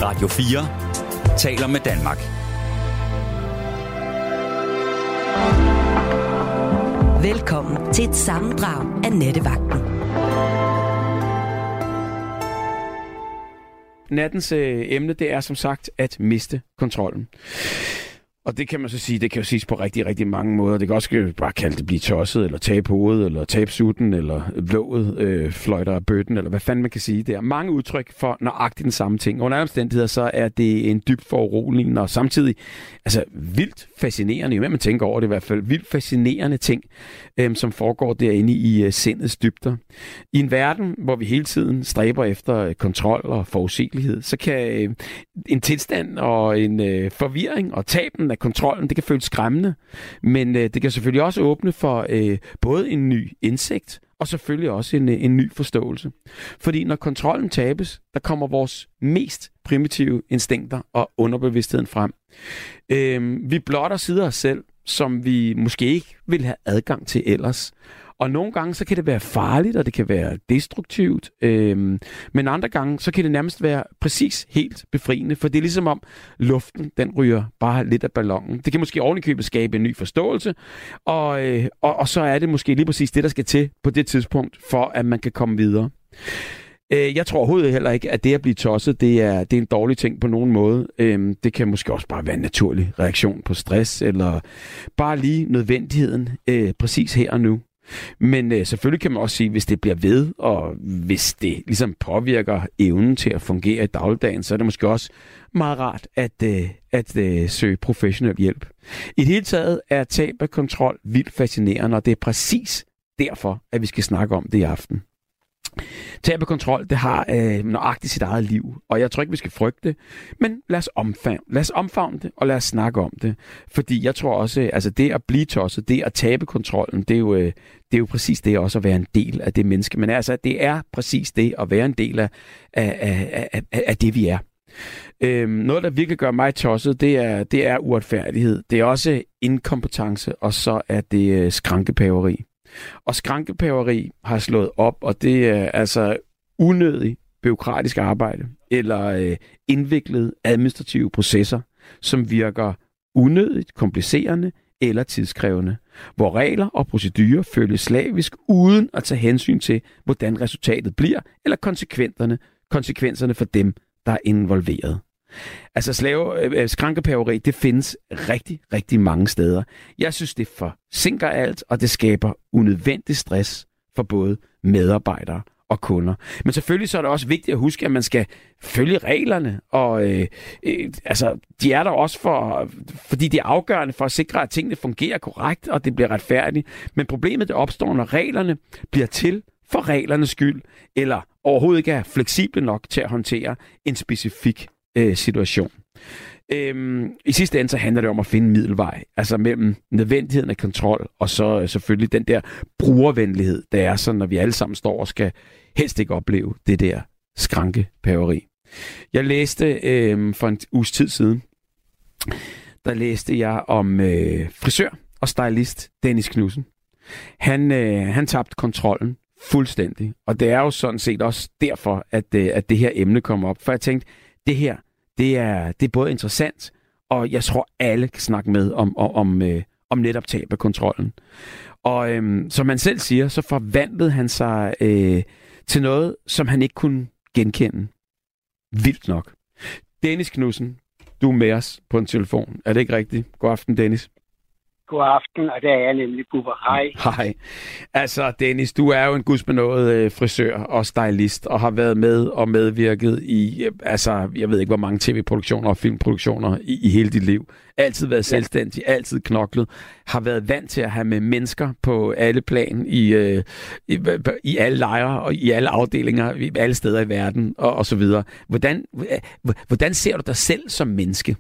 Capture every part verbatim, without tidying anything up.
Radio fire taler med Danmark. Velkommen til et sammendrag af Nattevagten. Nattens øh, emne, det er som sagt at miste kontrollen. Og det kan man så sige, det kan jo siges på rigtig, rigtig mange måder. Det kan også bare kalde det blive tosset, eller tabe hovedet, eller tabe sutten, eller låget, øh, fløjter af bøtten, eller hvad fanden man kan sige. Det er mange udtryk for nøjagtigt den samme ting. Under alle omstændigheder, så er det en dybt foruroligende, og samtidig altså vildt fascinerende, jo mere man tænker over det i hvert fald, vildt fascinerende ting, øh, som foregår derinde i øh, sindets dybder. I en verden, hvor vi hele tiden stræber efter øh, kontrol og forudsigelighed, så kan øh, en tilstand og en øh, forvirring og taben af kontrollen, det kan føles skræmmende, men øh, det kan selvfølgelig også åbne for øh, både en ny indsigt og selvfølgelig også en, en ny forståelse. Fordi når kontrollen tabes, der kommer vores mest primitive instinkter og underbevidstheden frem. Øh, vi blotter sider af os selv, som vi måske ikke vil have adgang til ellers. Og nogle gange, så kan det være farligt, og det kan være destruktivt. Øhm, men andre gange, så kan det nærmest være præcis helt befriende. For det er ligesom om luften, den ryger bare lidt af ballonen. Det kan måske ovenikøbet skabe en ny forståelse. Og, øh, og, og så er det måske lige præcis det, der skal til på det tidspunkt, for at man kan komme videre. Øh, jeg tror overhovedet heller ikke, at det at blive tosset, det er, det er en dårlig ting på nogen måde. Øh, det kan måske også bare være en naturlig reaktion på stress, eller bare lige nødvendigheden øh, præcis her og nu. Men øh, selvfølgelig kan man også sige, hvis det bliver ved, og hvis det ligesom påvirker evnen til at fungere i dagligdagen, så er det måske også meget rart at, øh, at øh, søge professionel hjælp. I det hele taget er tab af kontrol vildt fascinerende, og det er præcis derfor, at vi skal snakke om det i aften. Tab af kontrol, det har øh, nøjagtigt sit eget liv, og jeg tror ikke, vi skal frygte det, men lad os omfavne, lad os omfavne det, og lad os snakke om det. Fordi jeg tror også, altså det at blive tosset, det at tabe kontrollen, det er jo, øh, det er jo præcis det også at være en del af det menneske. Men altså, det er præcis det at være en del af, af, af, af, af det, vi er. Øhm, noget, der virkelig gør mig tosset, det er, det er uretfærdighed. Det er også inkompetence, og så er det øh, skrankepaveri. Og skrankepaveri har slået op, og det er altså unødig bureaukratisk arbejde, eller øh, indviklede administrative processer, som virker unødigt komplicerende eller tidskrævende, hvor regler og procedurer følges slavisk, uden at tage hensyn til, hvordan resultatet bliver, eller konsekvenserne, konsekvenserne for dem, der er involveret. Altså slave, øh, skrankepaveri, det findes rigtig, rigtig mange steder. Jeg synes, det forsinker alt, og det skaber unødvendig stress for både medarbejdere og kunder. Men selvfølgelig så er det også vigtigt at huske, at man skal følge reglerne, og øh, øh, altså, de er der også for, fordi det er afgørende for at sikre, at tingene fungerer korrekt, og det bliver retfærdigt. Men problemet det opstår, når reglerne bliver til for reglernes skyld, eller overhovedet ikke er fleksible nok til at håndtere en specifik situation. Øhm, I sidste ende så handler det om at finde en middelvej, altså mellem nødvendigheden af kontrol, og så øh, selvfølgelig den der brugervenlighed, der er sådan, når vi alle sammen står og skal helst ikke opleve det der skrankepaveri. Jeg læste øh, for en uges tid siden, der læste jeg om øh, frisør og stylist Dennis Knudsen. Han, øh, han tabte kontrollen fuldstændig, og det er jo sådan set også derfor, at, øh, at det her emne kommer op, for jeg tænkte, det her, det er, det er både interessant, og jeg tror, alle kan snakke med om, om, om, øh, om netop tab af kontrollen. Og øhm, som man selv siger, så forvandlede han sig øh, til noget, som han ikke kunne genkende. Vildt nok. Dennis Knudsen, du er med os på en telefon. Er det ikke rigtigt? God aften, Dennis. God aften, og det er jeg nemlig, Bubber. Hej. Hej. Altså, Dennis, du er jo en gudsbenådet øh, frisør og stylist, og har været med og medvirket i, øh, altså, jeg ved ikke, hvor mange tv-produktioner og filmproduktioner i, i hele dit liv. Altid været selvstændig, ja. Altid knoklet. Har været vant til at have med mennesker på alle plan, i, øh, i, i alle lejre og i alle afdelinger, i alle steder i verden, og, og så videre. Hvordan, øh, hvordan ser du dig selv som menneske?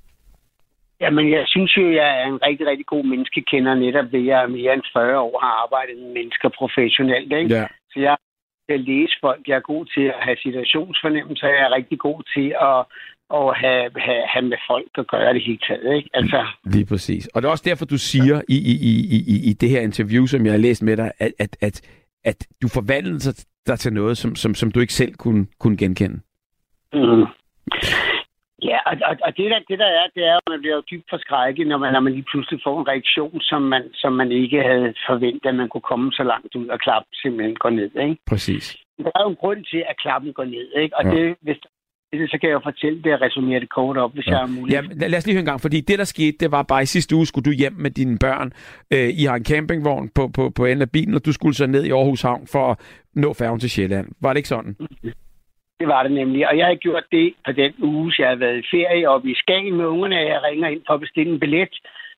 Jamen, jeg synes jo, jeg er en rigtig, rigtig god menneskekender, netop ved, at jeg mere end fyrre år har arbejdet med mennesker professionelt. Ikke? Ja. Så jeg kan læse folk, jeg er god til at have situationsfornemmelser, jeg er rigtig god til at, at have, have, have med folk at gøre det hele taget. Ikke? Altså... Lige præcis. Og det er også derfor, du siger i, i, i, i, i det her interview, som jeg har læst med dig, at, at, at, at du forvandlede dig til noget, som, som, som du ikke selv kunne, kunne genkende. Mm. Ja, og, og, og det, der, det der er, det er, at man bliver jo dybt forskrækket, når man, når man lige pludselig får en reaktion, som man, som man ikke havde forventet, at man kunne komme så langt ud, og klappen simpelthen går ned, ikke? Præcis. Der er jo en grund til, at klappen går ned, ikke? Og ja. det, hvis det, så kan jeg jo fortælle det og resumere det kort op, hvis ja. jeg har mulighed. Ja, lad os lige høre en gang, fordi det, der skete, det var bare i sidste uge, skulle du hjem med dine børn. Øh, I har en campingvogn på, på, på enden af bilen, og du skulle så ned i Aarhus Havn for at nå færgen til Sjælland. Var det ikke sådan? Det var det nemlig, og jeg har gjort det på den uge, så jeg har været i ferie oppe i Skagen med ungerne, og jeg ringer ind for at bestille en billet,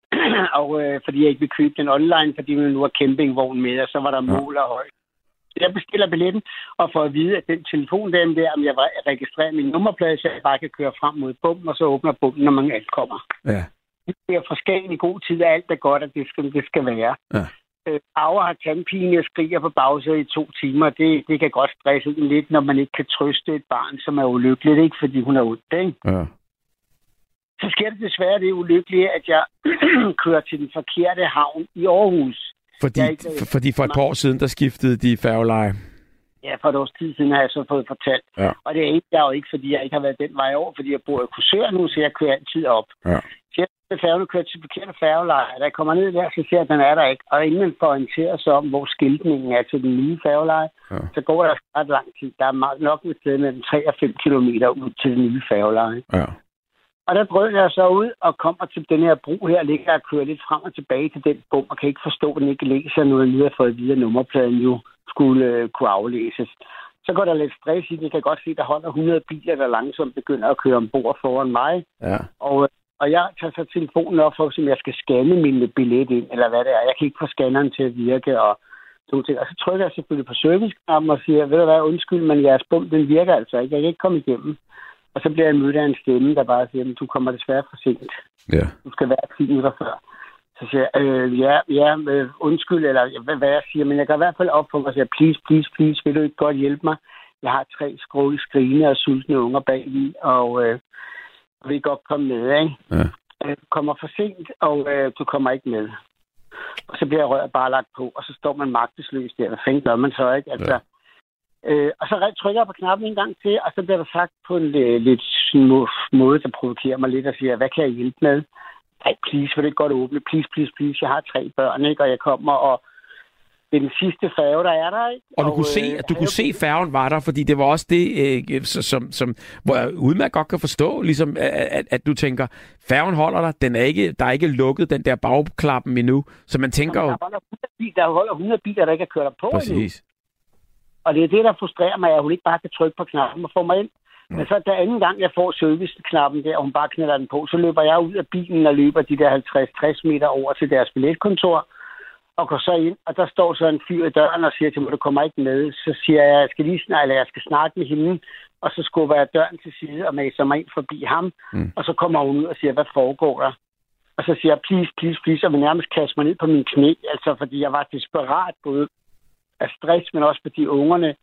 og øh, fordi jeg ikke vil købe den online, fordi vi nu har campingvogn med, og så var der mål og højt. Jeg bestiller billetten, og får at vide, at den telefondame der, om jeg registrerer min nummerplade, så jeg bare kan køre frem mod bomben, og så åbner bomben, når man ankommer. Ja. Det er fra Skagen i god tid, og alt er godt, at det skal, det skal være. Ja. Aura har tandpine og skriger på bagsædet i to timer. Det, det kan godt stresse den lidt, når man ikke kan trøste et barn, som er ulykkeligt, ikke? Fordi hun er ondt, ikke? Ja. Så sker det desværre det ulykkelige, at jeg kører til den forkerte havn i Aarhus. Fordi, ikke, fordi for et par år siden, der skiftede de færgeleje. Ja, for et års tid siden har jeg så fået fortalt. Ja. Og det er ikke, jeg er jo ikke, fordi jeg ikke har været den vej over, fordi jeg bor i Korsør nu, så jeg kører altid op. Ja. Så jeg færgen kører til forkerte færgeleje. Da jeg kommer ned der, så ser jeg, at den er der ikke. Og inden man får orienteret sig om, hvor skiltningen er til den nye færgeleje, ja. Så går der ret lang tid. Der er nok et sted mellem tre og fem kilometer ud til den nye færgeleje. Ja. Og der drøg jeg så ud og kommer til den her bro her, ligger og kører lidt frem og tilbage til den bom, og kan ikke forstå, at den ikke læser noget nyt, for at vide, at nummerpladen jo skulle øh, kunne aflæses. Så går der lidt stress i. Jeg kan godt se, at der holder hundrede biler, der langsomt begynder at køre ombord foran mig. Ja. Og, og jeg tager så telefonen op for, om jeg skal scanne min billet ind, eller hvad det er. Jeg kan ikke få scanneren til at virke, og sådan ting. Og så trykker jeg selvfølgelig på serviceknappen og siger, ved du hvad, undskyld, men jeres bom, den virker altså ikke. Jeg kan ikke komme igennem. Og så bliver jeg mødt af en stemme, der bare siger, at du kommer desværre for sent. Ja. Du skal være ti minutter før. Så siger jeg, øh, ja, ja øh, undskyld, eller hvad, hvad jeg siger, men jeg kan i hvert fald op for mig og siger, please, please, please, vil du ikke godt hjælpe mig? Jeg har tre skrålige, skrigende og sultne unger bagved, og øh, vil godt komme med, ikke? Ja. Øh, du kommer for sent, og øh, du kommer ikke med. Og så bliver røret bare lagt på, og så står man magtesløs der. Hvad fanden gør man så, ikke? Altså, ja. Øh, og så trykker jeg på knappen en gang til, og så bliver der sagt på en øh, lidt måde, der provokerer mig lidt, og siger, hvad kan jeg hjælpe med? Nej, please, vil det ikke godt åbne? Please, please, please. Jeg har tre børn, ikke? Og jeg kommer, og det er den sidste færge, der er der, ikke? Og du og, kunne, se, øh, du kunne se, færgen var der, fordi det var også det, øh, som, som, hvor jeg udmærket godt kan forstå, ligesom, at, at, at du tænker, færgen holder der, den er ikke, der er ikke lukket den der bagklappen endnu, så man tænker jo... Der holder hundrede biler, der holder hundrede biler, der ikke er kørt op på Præcis. Endnu. Og det er det, der frustrerer mig, at hun ikke bare kan trykke på knappen og få mig ind. Mm. Men så der anden gang, jeg får serviceknappen der, og hun bare knælder den på, så løber jeg ud af bilen og løber de der halvtreds til tres meter over til deres billetkontor, og går så ind, og der står så en fyr i døren og siger til mig, du kommer ikke med. Så siger jeg, jeg skal lige snakke, eller jeg skal snakke med hende, og så skubber jeg døren til side og maser mig ind forbi ham, mm. og så kommer hun ud og siger, hvad foregår der? Og så siger jeg, please, please, please, og vil nærmest kaste mig ned på min knæ, altså fordi jeg var desperat både af stress, men også fordi ungerne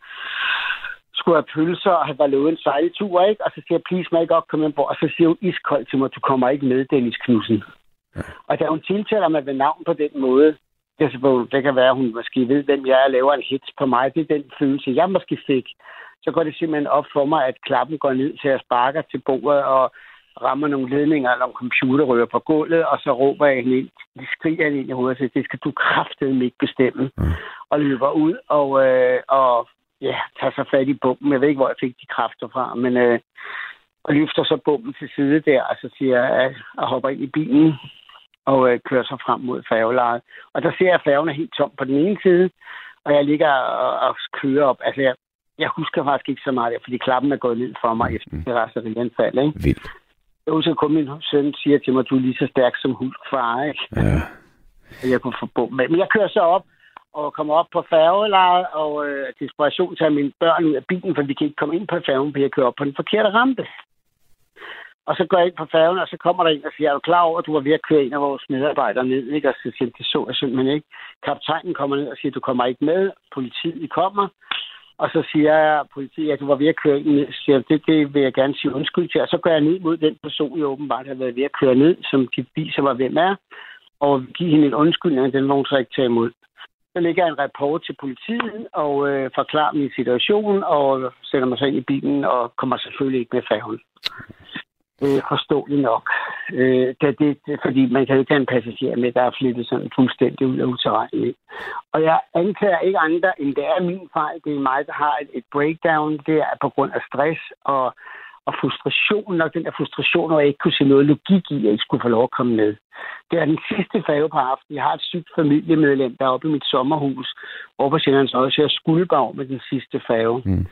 skulle have pølser og have lovet en sejltur, ikke? Og så siger jeg, please, må jeg godt komme ind på, og så siger hun iskoldt til mig, du kommer ikke med, Dennis Knudsen. Ja. Og da hun tiltaler mig ved navn på den måde, det, det kan være, at hun måske ved, hvem jeg er, og laver en hits på mig, det er den følelse, jeg måske fik. Så går det simpelthen op for mig, at klappen går ned til at sparker til bordet, og rammer nogle ledninger eller en computer rører på gulvet, og så råber jeg hende ind. De skriger ind i hovedet og siger, det skal du kraftedeme ikke bestemme. Mm. Og løber ud og, øh, og ja, tager sig fat i bomben. Jeg ved ikke, hvor jeg fik de kræfter fra, men øh, og løfter så bomben til side der, og så siger jeg, og hopper ind i bilen og øh, kører så frem mod færgelejet. Og der ser jeg, at færgen er helt tom på den ene side, og jeg ligger og, og kører op. Altså, jeg, jeg husker faktisk ikke så meget, fordi klappen er gået ned for mig efter det raserianfald, ikke? Vildt. Jeg husker kun, min søn siger til mig, at du er lige så stærk som Hulk far, ikke? Ja. Jeg kunne få bomben med. Men jeg kører så op og kommer op på færgelejet, og øh, desperation tager mine børn ud af bilen, for de kan ikke komme ind på færgen, for jeg kører op på den forkerte rampe. Og så går jeg ind på færgen, og så kommer der en og siger, er du klar over, at du var ved at køre en af vores medarbejdere ned, ikke? Og så siger det så jeg simpelthen ikke. Kaptajnen kommer ned og siger, du kommer ikke med. Politiet kommer. Og så siger jeg, politiet, at du var ved at køre ned. Så siger jeg, det, det vil jeg gerne sige undskyld til. Og så går jeg ned mod den person, jeg åbenbart har været ved at køre ned, som de viser mig, hvem er. Og giver hende en undskyldning, og den må hun så ikke tage imod. Så lægger jeg en rapport til politiet og øh, forklarer min situation, og sætter mig så ind i bilen og kommer selvfølgelig ikke med færgen. Øh, forståeligt nok. Øh, det, det, det, fordi man kan jo ikke have en passager med, der er flyttet sådan fuldstændig ud af uterrenet. Og jeg anklager ikke andre, end det er min fejl. Det er mig, der har et, et breakdown. Det er på grund af stress og, og frustration. Nok den der frustration, hvor jeg ikke kunne se noget logik i, at jeg ikke skulle få lov at komme med. Det er den sidste færge på aften. Jeg har et sygt familiemedlem, der er oppe i mit sommerhus, over på Sjællands Odde, så jeg skulle bare over med den sidste færge. Mm.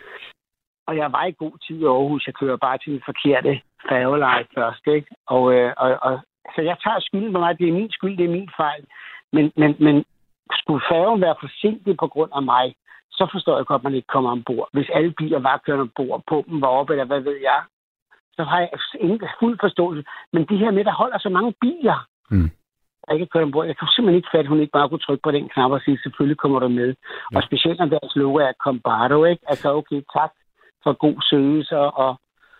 Og jeg var i god tid i Aarhus. Jeg kører bare til den forkerte færgeleje først, ikke? Og, øh, og, og, så jeg tager skylden på mig. Det er min skyld, det er min fejl. Men, men, men skulle færgen være forsinket på grund af mig, så forstår jeg godt, at man ikke kommer ombord. Hvis alle biler var kørt ombord, pumpen var oppe, eller hvad ved jeg, så har jeg ingen fuld forståelse. Men det her med, der holder så mange biler, mm. jeg ikke kørt ombord. Jeg kan simpelthen ikke fatte, at hun ikke bare kunne trykke på den knap og sige, selvfølgelig kommer du med. Ja. Og specielt når deres logo er Combardo, ikke? Altså, okay, tak for god service, og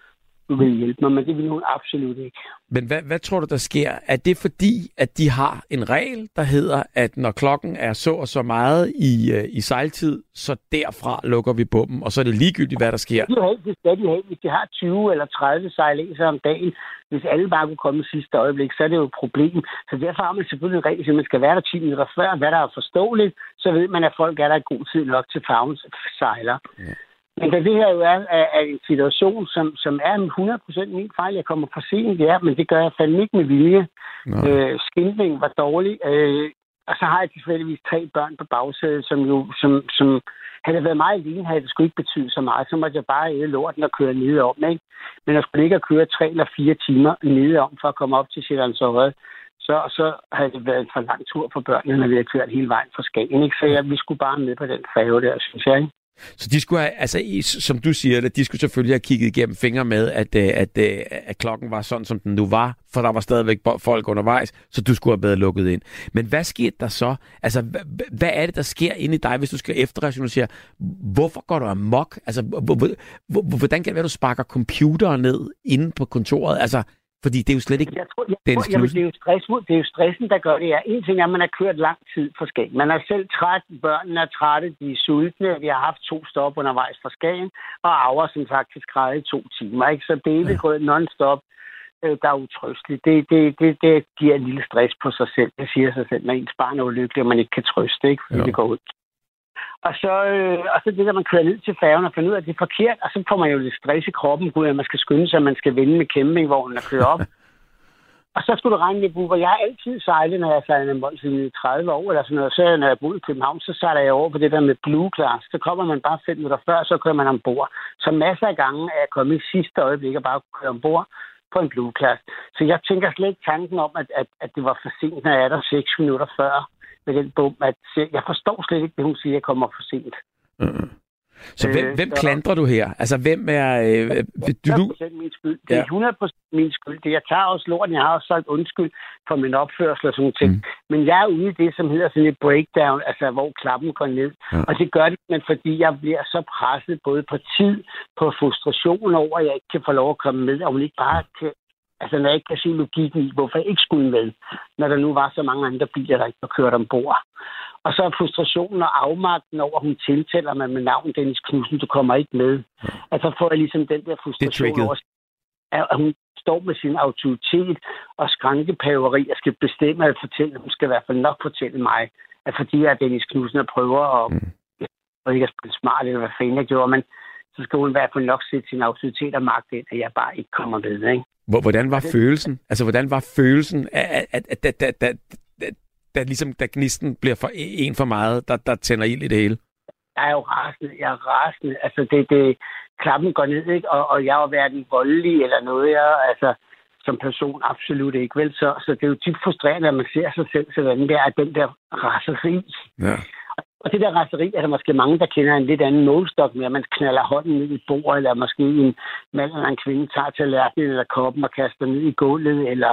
du vil hjælpe mig, men det vil hun absolut ikke. Men hvad, hvad tror du, der sker? Er det fordi, at de har en regel, der hedder, at når klokken er så og så meget i, uh, i sejltid, så derfra lukker vi på dem, og så er det ligegyldigt, hvad der sker? Det er jo helst, det er hvis de har tyve eller tredive sejladser om dagen, hvis alle bare kunne komme sidste øjeblik, så er det jo et problem. Så derfor har man selvfølgelig en regel, at man skal være der ti minutter før, hvad der er forståeligt, så ved man, at folk er der i god tid nok til farvens sejler. Ja. Men det her jo er, er en situation, som, som er hundrede procent min fejl. Jeg kommer for sent, ja, men det gør jeg fandme ikke med vilje. Øh, skiltningen var dårlig. Øh, og så har jeg tilfældigvis tre børn på bagsædet, som jo, som, som havde været meget alene, havde det sgu ikke betydet så meget. Så måtte jeg bare æde lorten og køre ned om, ikke? Men jeg skulle ikke at køre tre eller fire timer ned om for at komme op til Sjællands Odde. Så, så havde det været en for lang tur for børnene, når vi havde kørt hele vejen fra Skagen, ikke? Så jeg, vi skulle bare med på den færge der, synes jeg, ikke? Så de skulle have, altså som du siger det, de skulle selvfølgelig have kigget igennem fingre med, at, at, at, at klokken var sådan, som den nu var, for der var stadigvæk folk undervejs, så du skulle have været lukket ind. Men hvad skete der så? Altså, hvad, hvad er det, der sker inde i dig, hvis du skal efterrationalisere? Hvorfor går du amok? Altså, hvordan kan det være, du sparker computeren ned inde på kontoret? Altså, fordi det er jo slet ikke jeg tror, jeg Dennis tror, jamen, det, er jo stress, det er jo stressen, der gør det her. En ting er, at man har kørt lang tid fra Skagen. Man er selv træt, børnene er trætte, de er sultne. Vi har haft to stop undervejs fra Skagen, og Aura, som faktisk græder i to timer. Ikke? Så det er gået non-stop, øh, der er utrøsteligt. Det, det, det, det giver en lille stress på sig selv. Det siger sig selv, når ens barn er ulykkelig, og man ikke kan trøste, ikke? Fordi det går ud. Og så, øh, og så det der, man kører ned til færgen og finder ud af, at det er forkert, og så får man jo lidt stress i kroppen, at man skal skynde sig, at man skal vende med campingvognen og køre op. Og så skulle du regne med, Bubber. Jeg har altid sejlet, når jeg sejler en Mols i tredive år, eller sådan noget. Så når jeg boede i København, så sejler jeg over på det der med Blue Class. Så kommer man bare fem minutter før, så kører man ombord. Så masser af gange er jeg kommet i sidste øjeblik og bare køre ombord på en Blue Class. Så jeg tænker slet ikke tanken om, at, at, at det var for sent, når jeg er der seks minutter før med den bum. At jeg forstår slet ikke, det hun siger, at jeg kommer for sent. Mm. Så hvem, øh, hvem klandrer du her? Altså, hvem er... Øh, du, hundrede procent min skyld. Det er hundrede procent min skyld. Det, jeg tager også lorten. Jeg har også sagt undskyld for min opførsel og sådan ting. Mm. Men jeg er ude i det, som hedder sådan et breakdown, altså hvor klappen går ned. Ja. Og det gør det, men fordi jeg bliver så presset både på tid, på frustration over, at jeg ikke kan få lov at komme med, og hun ikke bare kan... Altså, når jeg ikke kan se logikken i, hvorfor jeg ikke skulle med, når der nu var så mange andre biler, der ikke var kørt ombord. Og så er frustrationen og afmagten over, at hun tiltæller mig med navn Dennis Knudsen, du kommer ikke med. Ja. Altså får jeg ligesom den der frustration over, at hun står med sin autoritet og skrankepaveri og skal bestemme at fortælle, hun skal i hvert fald nok fortælle mig, at fordi jeg er Dennis Knudsen og prøver at, mm. og ikke at spille smart, eller hvad fanden jeg gjorde, men så skal hun i hvert fald nok sætte sin autoritet og magt ind, at jeg bare ikke kommer med, ikke? Hvordan var følelsen? Altså, hvordan var følelsen, at, at, at, at, at, at, at, at ligesom, da gnisten bliver for en for meget, der, der tænder ild i det hele? Jeg er jo rasende. Jeg er rasende. Altså, det, det, klappen går ned, ikke? Og, og jeg har været en voldelig eller noget, jeg, altså, som person absolut ikke, vel? Så, så det er jo tit frustrerende, at man ser sig selv sådan der, at den der raseri. Ja. Og det der raseri er der måske mange, der kender en lidt anden målstok med, at man knaller hånden ned i bordet, eller måske en mand eller en kvinde tager tallerkenen eller koppen og kaster ned i gulvet, eller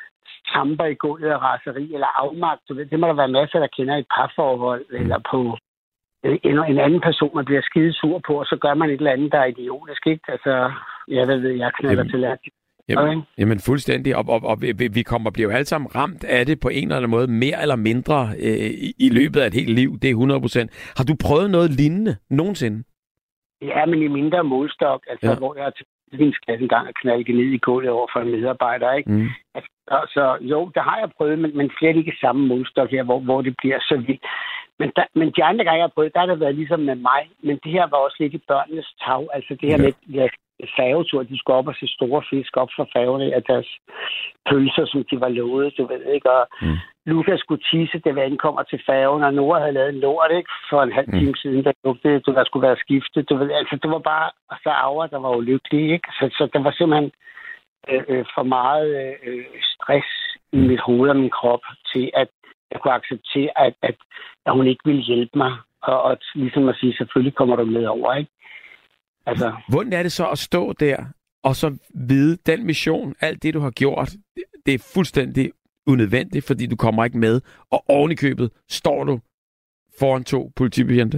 tamper i gulvet af raseri, eller afmagt. Det må der være masser, der kender et parforhold, eller på en, en anden person, man bliver skidesur på, og så gør man et eller andet, der er idiotisk, ikke? Altså, jeg ved, jeg knaller tallerkenen. Jamen, okay. jamen fuldstændig, og, og, og vi, vi kommer bliver jo alle sammen ramt af det på en eller anden måde, mere eller mindre øh, i, i løbet af et helt liv, det er hundrede procent. Har du prøvet noget lignende nogensinde? Ja, men i mindre målstok, altså ja. Hvor jeg rødvinsglas en gang og knalde ned i gulvet over for en medarbejder, ikke? Mm. Altså, så, så jo, det har jeg prøvet, men, men slet ikke samme målstok her, hvor, hvor det bliver så vildt. Men, der, men de andre gange, jeg har prøvet, der har det været ligesom med mig, men det her var også lidt i børnenes tag. Altså det her ja. med ja, færgetur, de skulle op og se store fisk op fra færgerne af deres pølser, som de var lovet, du ved ikke, og mm. Lukas skulle tisse, da vi ankommer til færgen, og Nora havde lavet en lort, ikke, for en halv time mm. siden, der lugtede, du der skulle være skiftet, du ved, altså det var bare, og så Aura, der var ulykkelige, ikke, så, så der var simpelthen øh, øh, for meget øh, stress i mit hoved og min krop til, at jeg kunne acceptere, at, at, at hun ikke ville hjælpe mig, og, og ligesom at sige, selvfølgelig kommer du med over, ikke. Altså. Hvordan er det så at stå der, og så vide den mission, alt det, du har gjort, det er fuldstændig unødvendigt, fordi du kommer ikke med, og oven i købet står du foran to politibetjente?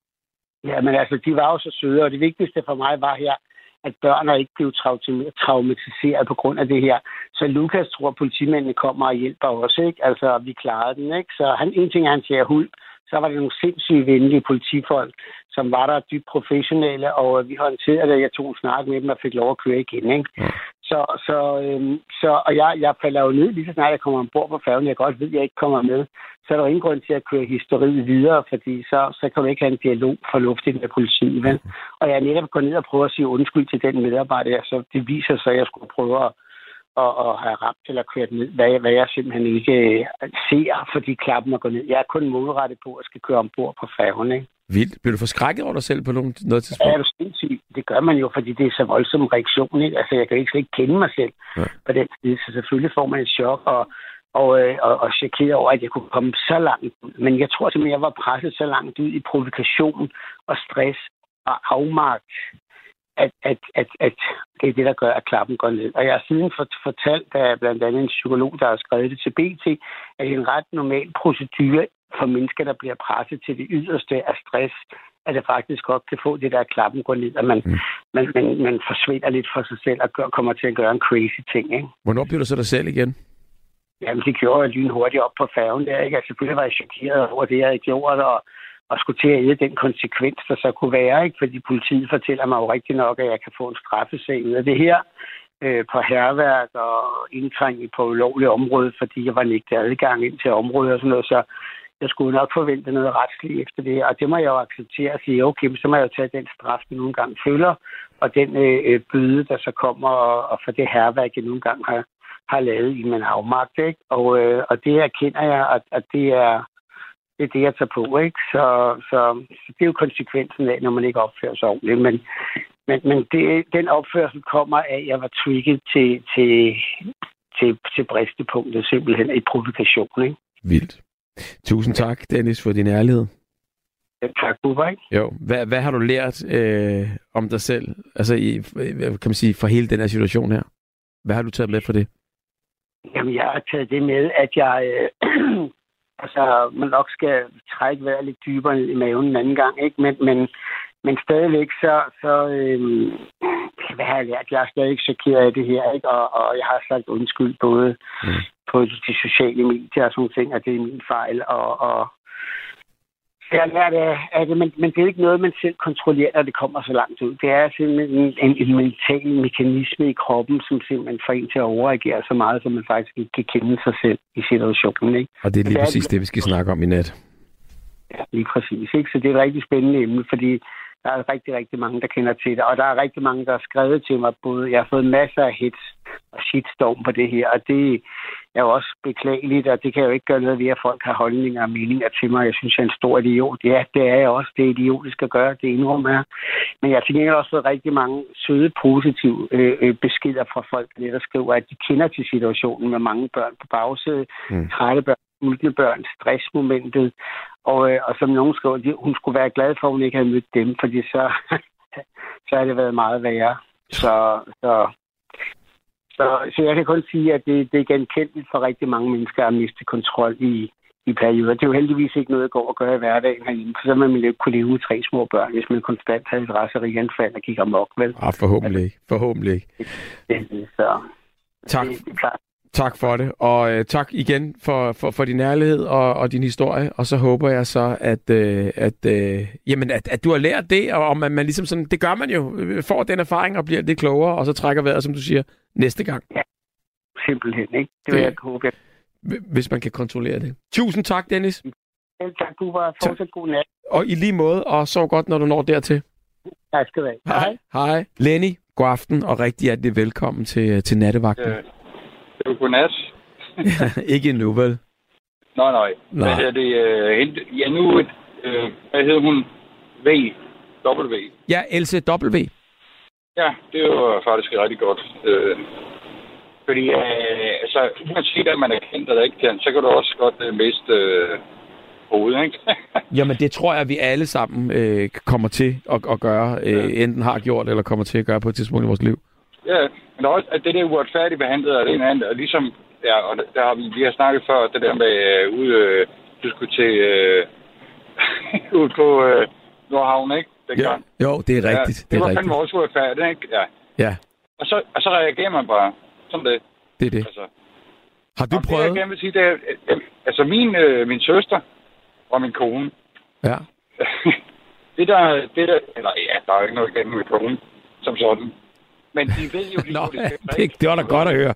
Ja, men altså, de var jo så søde, og det vigtigste for mig var her, at børn ikke blev traumatiseret på grund af det her. Så Lukas tror, at politimændene kommer og hjælper os, ikke? Altså, vi klarede den, ikke? Så han, en ting er, han siger hul, så var det nogle sindssygt venlige politifolk, som var der dybt professionelle, og vi håndterede det. Jeg tog en snak med dem og fik lov at køre igen, ikke? Ja. Så, så, øhm, så, og jeg, jeg falder jo ned, lige så snart jeg kommer ombord på færgen. Jeg godt ved, at jeg ikke kommer med. Så er der ingen grund til at køre historiet videre, fordi så, så kan du ikke have en dialog fornuftigt med politiet, vel? Og jeg er netop gået ned og prøvet at sige undskyld til den medarbejder, så det viser sig, at jeg skulle prøve at Og, og have ramt eller kørt ned, hvad jeg, hvad jeg simpelthen ikke ser, fordi klappen er gået ned. Jeg er kun målrettet på, at jeg skal køre ombord på færgen, ikke? Vildt. Bliver du forskrækket over dig selv på nogen, noget tidspunkt? Ja, det er sindssygt. Det gør man jo, fordi det er så voldsom en reaktion, ikke? Altså, jeg kan ikke slet ikke kende mig selv ja. på den side, så selvfølgelig får man et chok og, og, og, og chokeret over, at jeg kunne komme så langt ud. Men jeg tror simpelthen, jeg var presset så langt ud i provokation og stress og afmagt, At, at, at, at det er det, der gør, at klappen går ned. Og jeg har siden fortalt, at blandt andet en psykolog, der har skrevet det til B T, at det er en ret normal procedure for mennesker, der bliver presset til det yderste af stress, at det faktisk godt kan få det der, at klappen går ned, at man, mm. man, man, man forsvinder lidt for sig selv og gør, kommer til at gøre en crazy ting, ikke? Hvornår bliver du så dig selv igen? Jamen, det gjorde jeg lynhurtigt op på færgen der, ikke? Altså, selvfølgelig var jeg chokeret over det, jeg havde gjort, og og skulle til at æde den konsekvens, der så kunne være, ikke? Fordi politiet fortæller mig jo rigtig nok, at jeg kan få en straffesag ud af det her øh, på hærværk og indtrængning på ulovligt område, fordi jeg var nægtet adgang ind til området og sådan noget, så jeg skulle nok forvente noget retsligt efter det her, og det må jeg jo acceptere og sige, okay, så må jeg jo tage den straf, jeg nogle gange følger, og den øh, bøde, der så kommer, og, og for det hærværk, jeg nogle gange har, har lavet i min afmagt, ikke? Og, øh, og det erkender jeg, at, at det er Det er det, jeg tager på, ikke? Så, så, så det er jo konsekvensen af, når man ikke opfører sig ordentligt. Men, men, men det, den opførsel kommer af, at jeg var trigget til, til, til, til bristepunktet, simpelthen i provokation, ikke? Vildt. Tusind tak, Dennis, for din ærlighed. Ja, tak, Bubber, ikke? Jo. Hvad, hvad har du lært øh, om dig selv? Altså, i, kan man sige, for hele den her situation her? Hvad har du taget med for det? Jamen, jeg har taget det med, at jeg... Øh, Altså, man nok skal trække vejret lidt dybere ned i maven en anden gang, ikke? Men, men, men stadigvæk så, så øhm, hvad har jeg lært? Jeg er stadig chokeret af det her, ikke? Og, og jeg har sagt undskyld både mm. på de sociale medier og sådan ting, at det er min fejl, og, og jeg har lært af det, men, men det er ikke noget, man selv kontrollerer, når det kommer så langt ud. Det er simpelthen en, en, en mental mekanisme i kroppen, som simpelthen får en til at overreagere så meget, som man faktisk ikke kan kende sig selv i situationen, ikke? Og det er lige det er, præcis det, vi skal snakke om i nat. Ja, lige præcis, ikke? Så det er et rigtig spændende emne, fordi der er rigtig, rigtig mange, der kender til det. Og der er rigtig mange, der har skrevet til mig, både jeg har fået masser af hits og shitstorm på det her, og det er jo også beklageligt, og det kan jo ikke gøre noget ved, at folk har holdninger og meninger til mig. Jeg synes, jeg er en stor idiot. Ja, det er jeg også. Det er idiotisk at gøre, det indrum er. Men jeg har også fået rigtig mange søde, positive øh, beskeder fra folk, der skriver, at de kender til situationen med mange børn på bagsædet, mm. trætte børn, sultne børn, stressmomentet, og, øh, og som nogen skriver, de, hun skulle være glad for, at hun ikke havde mødt dem, fordi så, så har det været meget værre. Så, så, så, så jeg kan kun sige, at det, det er genkendeligt for rigtig mange mennesker at miste kontrol i, i perioder. Det er jo heldigvis ikke noget, der går at gøre i hverdagen herhjemme, for så man ville ikke kunne leve med tre små børn, hvis man konstant havde et raserianfald og gik amok, vel? Ah, forhåbentlig ikke. Forhåbentlig ikke. Det, det, så, tak. Det, det er klart. Tak for det, og øh, tak igen for, for, for din ærlighed og, og din historie, og så håber jeg så, at, øh, at, øh, jamen, at, at du har lært det, og om man, man ligesom sådan, det gør man jo, får den erfaring og bliver lidt klogere, og så trækker vejret, som du siger, næste gang. Ja, simpelthen, ikke? Det vil jeg håbe. Hvis man kan kontrollere det. Tusind tak, Dennis. Tak, du var fortsat god nat. Og i lige måde, og sov godt, når du når dertil. Tak skal du have. Hej. Hej. Lenny, god aften, og rigtig hjertelig velkommen til, til nattevagten. Øh, det er jo godnat. Ikke endnu, vel? Nej, nej. Hvad hedder det? Øh, ja, nu, øh, hvad hedder hun? V. W. Ja, Else W. Ja, det er jo faktisk rigtig godt. Øh, fordi, øh, altså, uanset at man er kendt eller ikke kendt, så kan du også godt øh, miste øh, hovedet, ikke? Jamen, det tror jeg, vi alle sammen øh, kommer til at, at gøre, øh, ja. Enten har gjort, eller kommer til at gøre på et tidspunkt i vores liv. Ja, men også, at det der uretfærdigt behandlet af det ene andet, og ligesom, ja, og der har vi, vi har snakket før, det der med øh, ude, øh, du skulle til, øh, ud på øh, Nordhavn, ikke? Ja. Jo, det er rigtigt. Ja, det, det var fandme også uretfærdigt, ikke? Ja. Ja. Og så, og så reagerer man bare, som det. Det er det. Altså, har du og prøvet? Det, jeg gerne vil sige, det er, øh, altså min, øh, min søster og min kone. Ja. det der, det der, eller ja, der er ikke noget gennem min kone, som sådan. Men de ved jo lige, Nå, hvor de skal prikke. Det, det var da godt at høre.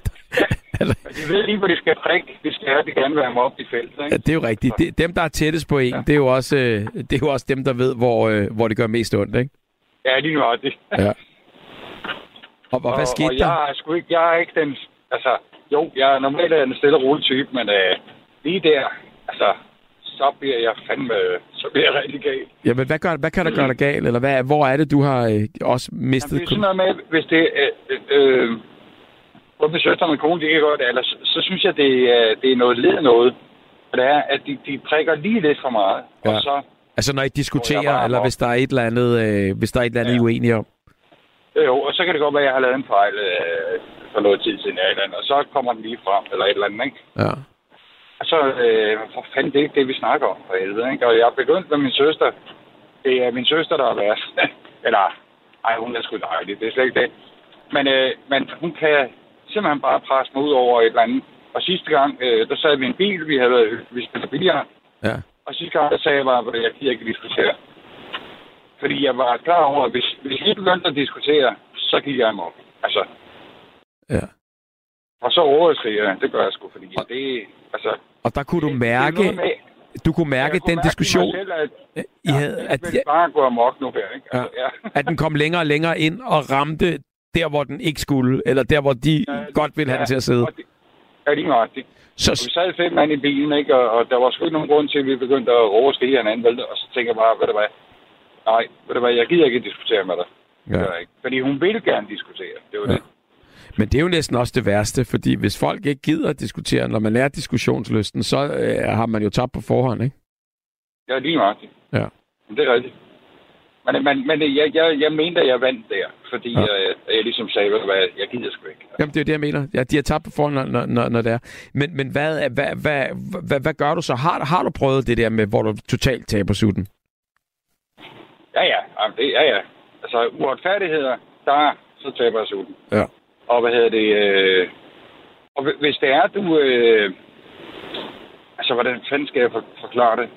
De ved lige, hvor de skal prikke, hvis det er, de gerne vil have mig op i feltet. Ikke? Ja, det er jo rigtigt. Det, dem, der er tættest på en, ja. det, er jo også, det er jo også dem, der ved, hvor, hvor det gør mest ondt, ikke? Ja, lige nu er det. Ja. Og, og hvad skete og, og jeg er sgu ikke, jeg er ikke den, altså, jo, jeg er normalt en stille og rolig type, men øh, lige der, altså, så bliver jeg fandme, så bliver jeg rigtig gal. Ja, men hvad, gør, hvad kan der gøre dig gal? Eller hvad, hvor er det, du har øh, også mistet? Jamen, det er sådan noget med, hvis det, øh, øh, både med søster og min kone, de kan godt, eller så, så synes jeg, det, øh, det er noget led noget. Og det er, at de, de prikker lige lidt for meget. Ja. Og så, altså når I diskuterer, eller hvis der er et eller andet, øh, hvis der er et eller andet, ja. I er uenige om? Jo, og så kan det godt være, at jeg har lavet en fejl øh, for noget tid siden, eller andet, og så kommer den lige frem, eller et eller andet, ikke? Ja. Og så, øh, for fanden, det er ikke det, vi snakker om, for helvede, ikke? Og jeg er begyndt med min søster. Det er min søster, der har været. Eller, ej, hun er sgu dejlig, det er slet ikke det. Men, øh, men hun kan simpelthen bare presse mig ud over et eller andet. Og sidste gang, øh, der sad vi i en bil, vi havde været, vi spillede billard. Ja. Og sidste gang, der sagde jeg bare, at jeg gider ikke diskutere. Fordi jeg var klar over, at hvis, hvis I begyndte at diskutere, så gik jeg mig op. Altså. Ja. Og så overskriger jeg, det gør jeg sgu, fordi og, det, altså... Og der kunne du mærke, med, du kunne mærke den kunne diskussion, mærke selv, at, I havde, ja, at jeg bare gå amok nu her, ikke? Altså, ja, ja. at den kom længere og længere ind og ramte der, hvor den ikke skulle, eller der, hvor de ja, godt ville have ja, den til at sidde. Det, ja, lige meget det. Så... Vi sad fem mand i bilen, ikke? Og, og der var sgu ikke nogen grund til, at vi begyndte at råbe og skrige hinanden, vel? Og så tænker jeg bare, ved du hvad? Nej, ved du hvad, jeg gider ikke diskutere med dig. Ja. Det ikke. Fordi hun vil gerne diskutere, det var ja. det. Men det er jo næsten også det værste, fordi hvis folk ikke gider at diskutere, når man er diskussionslysten, så øh, har man jo tabt på forhånd, ikke? Ja, lige meget. Ja. Men det er rigtigt. Men, men, men jeg, jeg, jeg mente, at jeg vandt der, fordi ja. jeg, jeg ligesom sagde, at jeg gider sgu ikke. Jamen, det er jo det, jeg mener. Ja, de har tabt på forhånd, når, når, når det er. Men, men hvad, hvad, hvad, hvad, hvad gør du så? Har, har du prøvet det der med, hvor du totalt taber sutten? Ja, ja. Jamen, det, ja, ja. Altså, uretfærdigheder, der så taber jeg sutten. Ja. Og hvad hedder det? Øh, og hvis det er, du... Øh, altså, hvordan fanden skal jeg for, forklare det?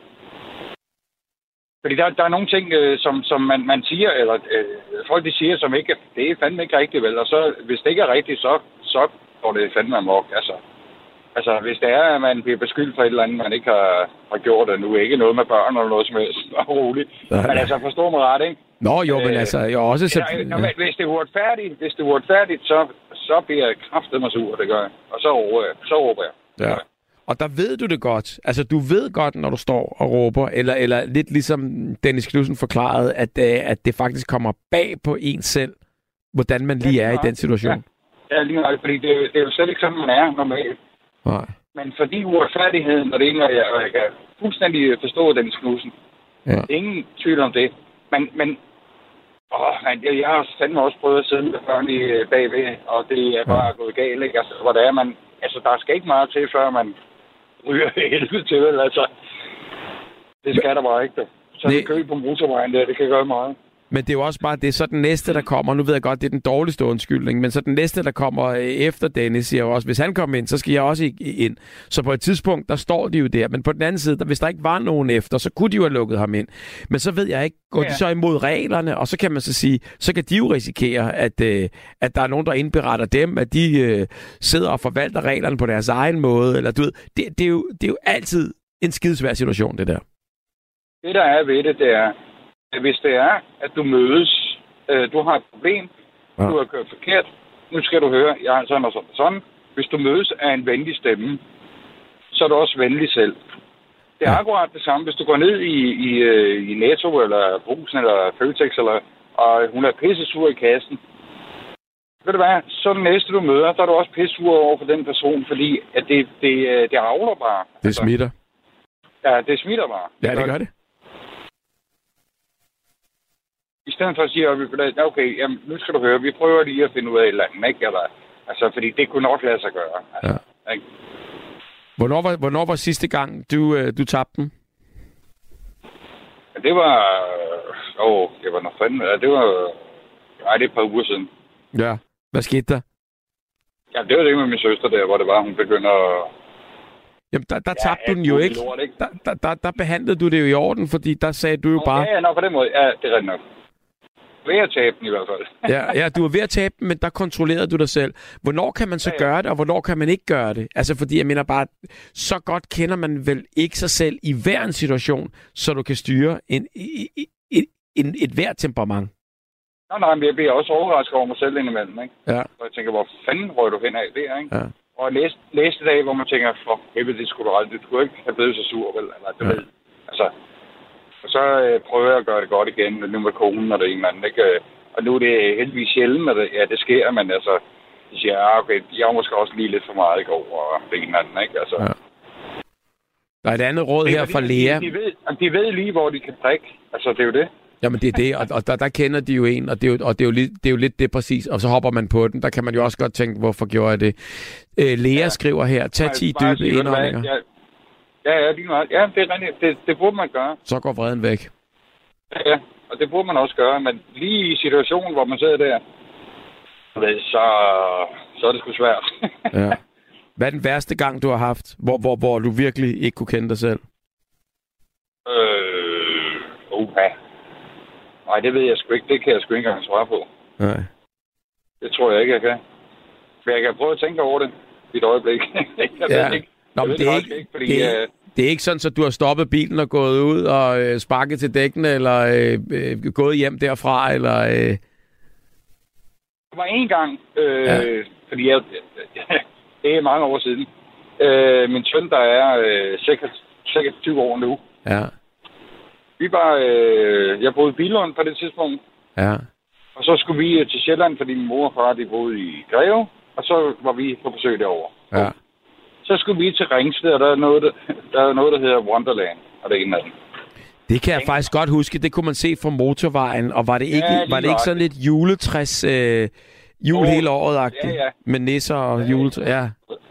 Fordi der, der er nogle ting, øh, som, som man, man siger, eller øh, folk de siger, som ikke... Det er fandme ikke rigtigt, vel? Og så, hvis det ikke er rigtigt, så, så går det fandme amok. Altså, altså, hvis det er, at man bliver beskyldt for et eller andet, man ikke har, har gjort, og nu ikke noget med børn eller noget som helst, og roligt. Men altså, forstår mig ret, ikke? Nå jo, men altså, jeg også... Så... Ja, ja. Hvis det er uretfærdigt, hvis det er uretfærdigt, så, så bliver jeg kraftedeme sur, det gør jeg. Og så råber jeg. Så råber jeg. Ja. Og der ved du det godt. Altså, du ved godt, når du står og råber, eller, eller lidt ligesom Dennis Knudsen forklarede, at, at det faktisk kommer bag på en selv, hvordan man lige er i den situation. Ja, ja lige meget, fordi det, det er jo slet ikke sådan, man er normalt. Nej. Men fordi uretfærdigheden, og det er en, jeg, jeg kan fuldstændig forstå Dennis Knudsen. Ja. Ingen tvivl om det. Men, men åh, jeg, jeg har fandme også prøvet at sidde med børn i bagved, og det er bare ja. gået galt, ikke? Altså, hvor det er, man... Altså, der skal ikke meget til, før man ryger helvede til, vel? Altså, det skal der bare ikke, da. Så det kø på motorvejen der, det kan gøre meget. Men det er jo også bare, det er så den næste, der kommer. Nu ved jeg godt, det er den dårligste undskyldning, men så den næste, der kommer efter Dennis, siger jo også, hvis han kommer ind, så skal jeg også ind. Så på et tidspunkt, der står de jo der. Men på den anden side, der, hvis der ikke var nogen efter, så kunne de jo have lukket ham ind. Men så ved jeg ikke, går ja. de så imod reglerne, og så kan man så sige, så kan de jo risikere, at, øh, at der er nogen, der indberetter dem, at de øh, sidder og forvalter reglerne på deres egen måde. Eller, du ved, det, det, er jo, det er jo altid en skidesvær situation, det der. Det, der er ved det, det er, at hvis det er, at du mødes, øh, du har et problem, ja. du har kørt forkert, nu skal du høre, jeg har sådan og sådan og sådan. Hvis du mødes af en venlig stemme, så er du også venlig selv. Det er ja. akkurat det samme, hvis du går ned i, i, i Netto, eller Brugsen, eller Føtex, eller, og hun er pissesur i kassen. Ved du hvad, så den næste, du møder, der er du også pissesur over for den person, fordi at det, det, det avler bare. Det altså, smitter. Ja, det smitter bare. Ja, det gør det. I stedet for at sige, at okay, jamen, nu skal du høre, vi prøver lige at finde ud af et eller andet, ikke? Eller, altså, fordi det kunne nok lade sig gøre. Altså, ja. Ikke? Hvornår var, hvornår var sidste gang, du, øh, du tabte den? Ja, det var... Åh, oh, det var noget fanden. Ja, det var... Nej, det er et par uger siden. Ja. Hvad skete der? Ja, det var det med min søster der, hvor det var, hun begynder at... Jamen, der, der tabte ja, du den jo ikke. Lort, ikke? Der, der, der, der behandlede du det jo i orden, fordi der sagde du jo Nå, bare... Ja, ja, nå, på den måde. Ja, det er rigtigt nok. Ved at tabe den i hvert fald. ja, ja, du var ved at tabe den, men der kontrollerede du dig selv. Hvornår kan man så ja, ja. gøre det, og hvornår kan man ikke gøre det? Altså, fordi jeg mener bare, så godt kender man vel ikke sig selv i hver en situation, så du kan styre en, en, en, en, et hvert temperament. Nå, nej, men jeg bliver også overrasket over mig selv indimellem, ikke? Ja. Så jeg tænker, hvor fanden røg du hen af der, ikke? Ja. Og næste, næste dag, hvor man tænker, for helvede, det skulle du aldrig, du skulle ikke have blevet så sur, vel? Eller, du ja. ved. Altså, og så øh, prøver jeg at gøre det godt igen, nu med konen og det ene mand, ikke? Og nu er det heldigvis sjældent, at det, ja, det sker, men altså, de siger, ja, okay, jeg var måske også lige lidt for meget i går, og det ene mand, ikke? Altså. Ja. Der er et andet råd her fra Lea. De, de, ved, de ved lige, hvor de kan prikke. Altså, det er jo det. Jamen, det er det, og, og der, der kender de jo en, og det er jo, og det er jo, lidt, det er jo lidt det præcis, og så hopper man på den. Der kan man jo også godt tænke, hvorfor gjorde jeg det? Øh, Lea ja. skriver her, tag ti dybe indåndinger. Ja, ja, ja, det er, ja, det er rigtigt. Det, det burde man gøre. Så går vreden væk. Ja, ja, og det burde man også gøre, men lige i situationen, hvor man sidder der, så, så er det sgu svært. ja. Hvad er den værste gang, du har haft, hvor, hvor, hvor du virkelig ikke kunne kende dig selv? Øh, uha. Nej, det ved jeg sgu ikke. Det kan jeg sgu ikke engang svare på. Nej. Det tror jeg ikke, jeg kan. Men jeg kan prøve at tænke over det i et øjeblik. jeg ja. ved ikke. Nå, men det, er ikke, ikke fordi, det, er, det er ikke sådan, at du har stoppet bilen og gået ud og øh, sparket til dækkene, eller øh, øh, gået hjem derfra, eller... Øh... Det var en gang, øh, ja. fordi jeg, det er mange år siden. Øh, min søn, der er øh, seksogtyve år nu. Ja. Vi var, øh, jeg boede i Billund på det tidspunkt. Ja. Og så skulle vi til Sjælland, fordi min mor og far, de boede i Greve. Og så var vi på besøg derovre. Ja. Så skulle vi til Ringsted, og der er noget, der, der, er noget, der hedder Wonderland. Og det er en af dem. Det kan jeg faktisk godt huske. Det kunne man se fra motorvejen. Og var det ikke, ja, var det ikke sådan lidt juletræs, øh, jul oh, hele året-agtigt? Ja, ja. Med nisser og ja, juletræs? Ja.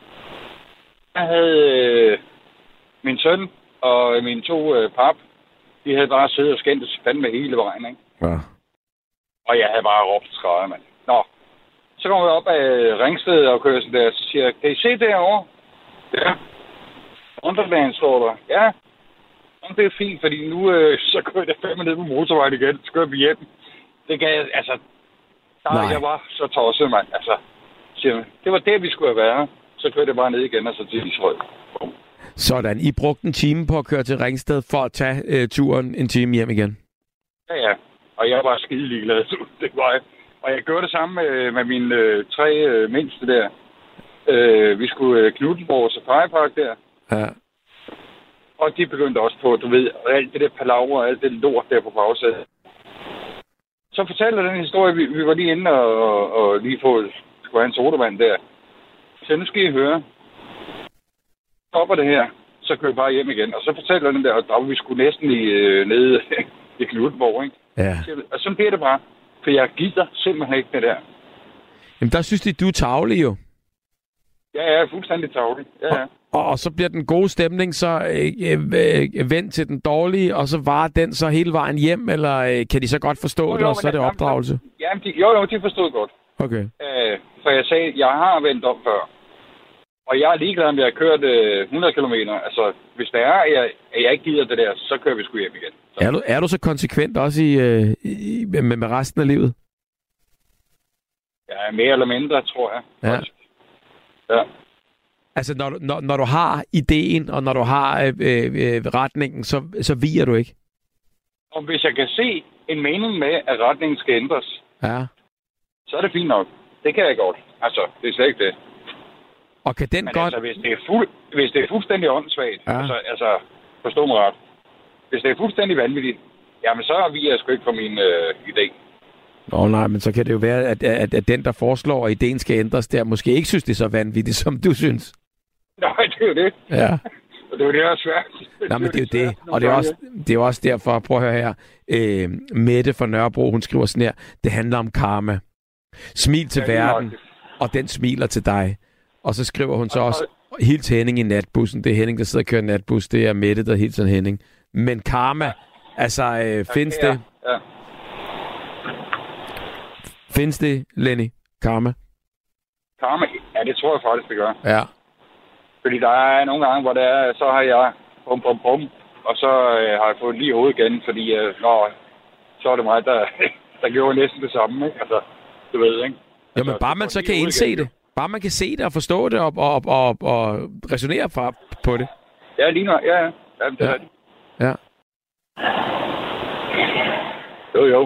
Jeg havde øh, min søn og mine to øh, pap. De havde bare siddet og skændtes fandme hele vejen, ikke? Ja. Og jeg havde bare råbt og skrevet, mand. Nå. Så kommer jeg op af Ringsted og kører sådan der, så siger jeg, kan I se derovre? Ja. Wonderland står der. Ja. Og det er fint, fordi nu øh, så kører jeg fandme ned på motorvejen igen. Så kører vi hjem. Det gav, altså, der Nej. jeg var så tosset, mand. Altså, siger man, det var det, vi skulle have været. Så kørte jeg bare ned igen, og så til Ishøj. Sådan. I brugte en time på at køre til Ringsted for at tage øh, turen en time hjem igen? Ja, ja. Og jeg var skide ligeglad. Det var jeg. Og jeg gjorde det samme med, med mine øh, tre øh, mindste der. Øh, vi skulle øh, Knuthenborg Safari-park der. Ja. Og de begyndte også på, du ved, alt det der palaver og alt det lort der på bagsædet. Så fortalte jeg den historie. Vi, vi var lige inde og, og, og lige få, skulle have en sodavand der. Så nu skal I høre. Stopper det her, så kører jeg bare hjem igen. Og så fortalte jeg den der, og der var vi skulle næsten i, øh, nede i Knuthenborg, ikke? Ja. Og så bliver det bare. For jeg gider simpelthen ikke det der. Jamen, der synes de, du er tavlig jo. Ja, ja, fuldstændig tavlig. Ja, ja. Og, og så bliver den gode stemning så øh, øh, vendt til den dårlige, og så varer den så hele vejen hjem, eller øh, kan de så godt forstå jo, det, jo, og så er det opdragelse? Jamen, de, jo, jo, de forstod godt. Okay. Øh, for jeg sagde, jeg har vendt om før. Og jeg er ligeglad, om jeg har kørt øh, hundrede kilometer. Altså, hvis der er, at jeg, at jeg ikke gider det der, så kører vi sgu hjem igen. Så. Er du, er du så konsekvent også i, øh, i, med, med resten af livet? Ja, mere eller mindre, tror jeg. Ja. Ja. Altså, når, når, når du har ideen, og når du har øh, øh, retningen, så, så viger du ikke? Og hvis jeg kan se en mening med, at retningen skal ændres, ja. så er det fint nok. Det kan jeg godt. Altså, det er slet ikke det. Og kan den Men godt... altså, hvis det er, fuld, hvis det er fuldstændig åndssvagt, ja. altså, altså, forstå mig ret. Hvis det er fuldstændig vanvittigt, jamen så er vi jeg sgu ikke for min øh, idé. Nå nej, men så kan det jo være, at, at, at den, der foreslår, at ideen skal ændres der, måske ikke synes, det er så vanvittigt, som du synes. Nej, det er jo det. Ja. Og det er jo det, der er svært. Nej, men det er jo det. Og det er også, det er også derfor, prøv at høre her, øh, Mette fra Nørrebro, hun skriver sådan her, det handler om karma. Smil til ja, verden, og den smiler til dig. Og så skriver hun så også, hils Henning i natbussen. Det er Henning, der sidder og kører natbus. Det er Mette, der hilser Henning. Men karma, altså, øh, findes ja, det? Ja. Findes det, Lenny? Karma? Karma? Ja, det tror jeg faktisk, det gør. Ja. Fordi der er nogle gange, hvor det er, så har jeg bum, bum, bum, og så øh, har jeg fået lige hovedet igen, fordi øh, nå, så er det mig, der, der gjorde næsten det samme, ikke? Altså, du ved, ikke? Altså, jo, men bare man så kan indse igen. Det. Bare man kan se det og forstå det og, og, og, og resonere fra, på det. Ja, lige nu. Ja, ja. Jamen, det ja. er det. Ja. Jo, jo.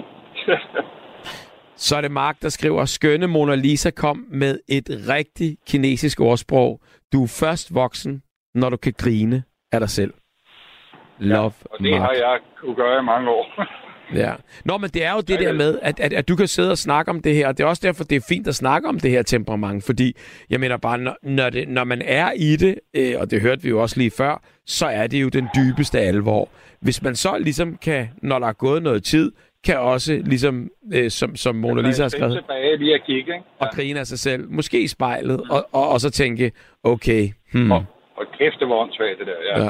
Så er det Mark, der skriver, skønne Mona Lisa kom med et rigtig kinesisk ordsprog. Du er først voksen, når du kan grine af dig selv. Love, ja, og det Mark. har jeg kunne gøre i mange år. Ja. Nå, men det er jo det der med, at, at, at du kan sidde og snakke om det her, og det er også derfor, det er fint at snakke om det her temperament, fordi, jeg mener bare, når, når, det, når man er i det, øh, og det hørte vi jo også lige før, så er det jo den dybeste alvor. Hvis man så ligesom kan, når der er gået noget tid, kan også ligesom, øh, som, som Mona Lisa har skrevet, tilbage lige at kigge, ikke? Ja. Og grine af sig selv, måske i spejlet, mm. og, og, og så tænke, okay, hmm. Og, og kæft, det var åndssvagt, det der, ja. Ja,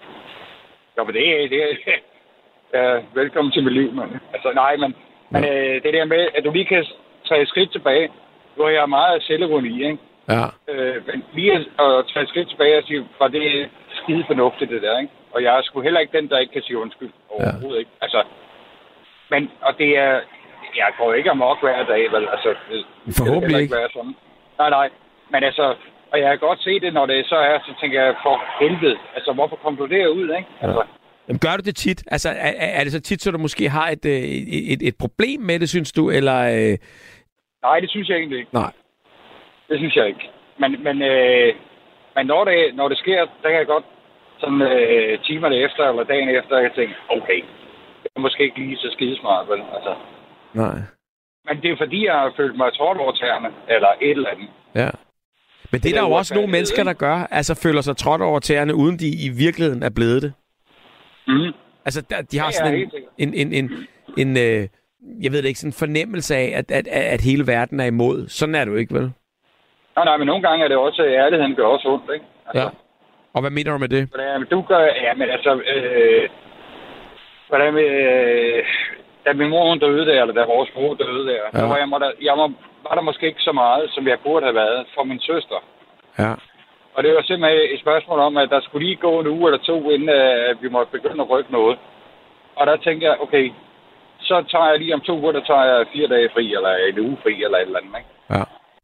ja men det er, det er, ja, velkommen til mit liv, mand. Altså, nej, men, ja. men øh, det der med, at du lige kan træde et skridt tilbage, hvor jeg er meget selvironi, ikke? Ja. Øh, men lige at træde et skridt tilbage og sige, var det skide fornuftigt, det der, ikke? Og jeg er sgu heller ikke den, der ikke kan sige undskyld overhovedet, ja. Ikke? Altså, men, og det er, jeg går ikke amok hver dag, vel? Altså, forhåbentlig ikke. Være sådan. Nej, nej, men altså, og jeg kan godt se det, når det så er, så tænker jeg, for helvede, altså, hvorfor kom du derud, ikke? Altså, ja. Jamen, gør du det tit? Altså, er, er det så tit, så du måske har et, et, et, et problem med det, synes du, eller... Øh... Nej, det synes jeg egentlig ikke. Nej. Det synes jeg ikke. Men, men, øh, men når, det, når det sker, der kan jeg godt sådan øh, timerne efter, eller dagen efter, jeg tænker, okay, det er måske ikke lige så skidesmart, vel? Altså. Nej. Men det er fordi, jeg har følt mig trådt over tæerne, eller et eller andet. Ja. Men det, det er der jo også nogle mennesker, der gør, altså føler sig trådt over tæerne, uden de i virkeligheden er blevet det. Mm. Altså, der, de har ja, sådan en, en, en, en, en øh, jeg ved det ikke, sådan en fornemmelse af, at, at, at hele verden er imod. Sådan er du ikke, vel? Nej, nej, men nogle gange er det også, ærligheden gør også ondt, ikke? Altså, ja. Og hvad mener du med det? Hvordan, du gør, ja, men altså, øh, hvordan med, øh, da min mor hun døde der, eller da vores mor døde der, ja. så var jeg, der, jeg var, var der måske ikke så meget, som jeg burde have været for min søster. Ja. Og det var simpelthen et spørgsmål om, at der skulle lige gå en uge eller to, inden uh, vi måtte begynde at rykke noget. Og der tænkte jeg, okay, så tager jeg lige om to uger, der tager jeg fire dage fri, eller en uge fri, eller et eller andet, ikke? Ja.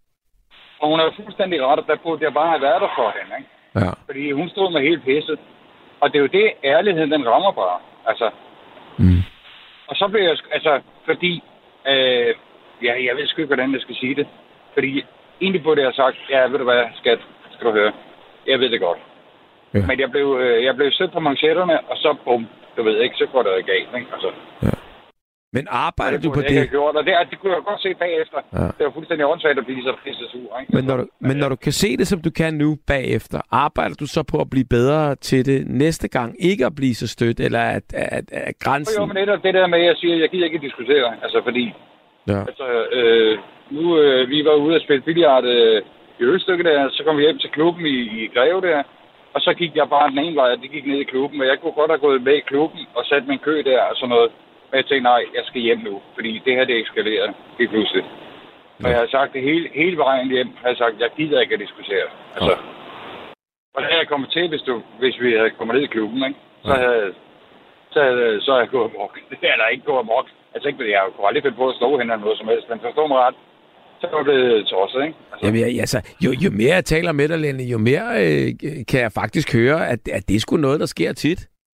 Og hun er jo fuldstændig ret på, at jeg bare har været der for hende, ikke? Ja. Fordi hun stod med helt pisset. Og det er jo det, ærligheden, den rammer bare. Altså. Mm. Og så blev jeg, altså, fordi, øh, ja, jeg ved sgu ikke, hvordan jeg skal sige det. Fordi egentlig burde jeg have sagt, ja, ved du hvad, skat, skal du høre. Jeg ved det godt. Ja. Men jeg blev, øh, jeg blev sødt på manchetterne, og så bum, du ved ikke, så går det galt, ikke? Altså. Ja. Men arbejder det du på det? det? Gjort, og det, det kunne jeg godt se bagefter. Ja. Det var fuldstændig åndssvagt at blive så pisse sur, ikke? Men, når du, men når du kan se det, som du kan nu bagefter, arbejder du så på at blive bedre til det næste gang? Ikke at blive så stødt, eller at, at, at grænsen... Jo, men det er det der med, at jeg siger, at jeg gider ikke diskutere. Altså, fordi... Ja. Altså, øh, nu, øh, vi var ude at spille billiard øh, i Ølstykke der, så kom vi hjem til klubben i, i Greve der, og så gik jeg bare den ene vej, og det gik ned i klubben, og jeg kunne godt have gået med i klubben og sat min kø der og sådan noget. Men jeg tænkte, nej, jeg skal hjem nu, fordi det her, det eskalerer helt pludselig. Og jeg har sagt det hele, hele vejen hjem, har jeg sagt, jeg gider ikke at diskutere. Altså, og det havde jeg kommet til, hvis, du, hvis vi havde kommet ned i klubben, ikke? Så havde, så havde, så havde jeg gået amok. Eller ikke gået amok. Altså ikke, fordi jeg kunne aldrig finde på at slå hende eller noget som helst, men forstår mig ret. Så var det tosset, ikke? Altså. Jamen, altså, jo, jo mere jeg taler med dig, Lene, jo mere øh, kan jeg faktisk høre, at, at det er sgu noget, der sker tit.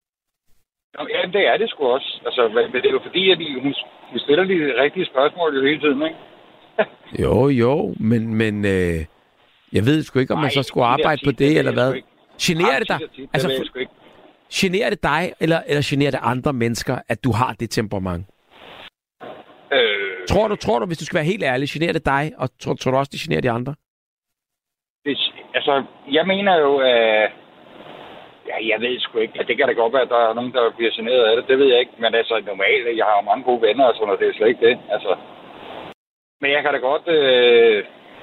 Ja, det er det sgu også. Altså, men det er jo fordi, at hun, hun stiller de rigtige spørgsmål jo hele tiden, ikke? jo, jo, men, men øh, jeg ved sgu ikke, om man Ej, så skulle arbejde tit, på det, det eller hvad. Generer det dig? Tit, altså, det generer det dig, eller, eller generer det andre mennesker, at du har det temperament? Øh, tror du, tror du, hvis du skal være helt ærlig, generer det dig, og tror, tror du også, det generer de andre? Det, altså, jeg mener jo, at... Ja, jeg ved sgu ikke. Ja, det kan da godt være, at der er nogen, der bliver generet af det. Det ved jeg ikke. Men altså, normalt, jeg har jo mange gode venner og sådan noget. Det er slet ikke det. Altså... Men jeg kan da godt... Øh...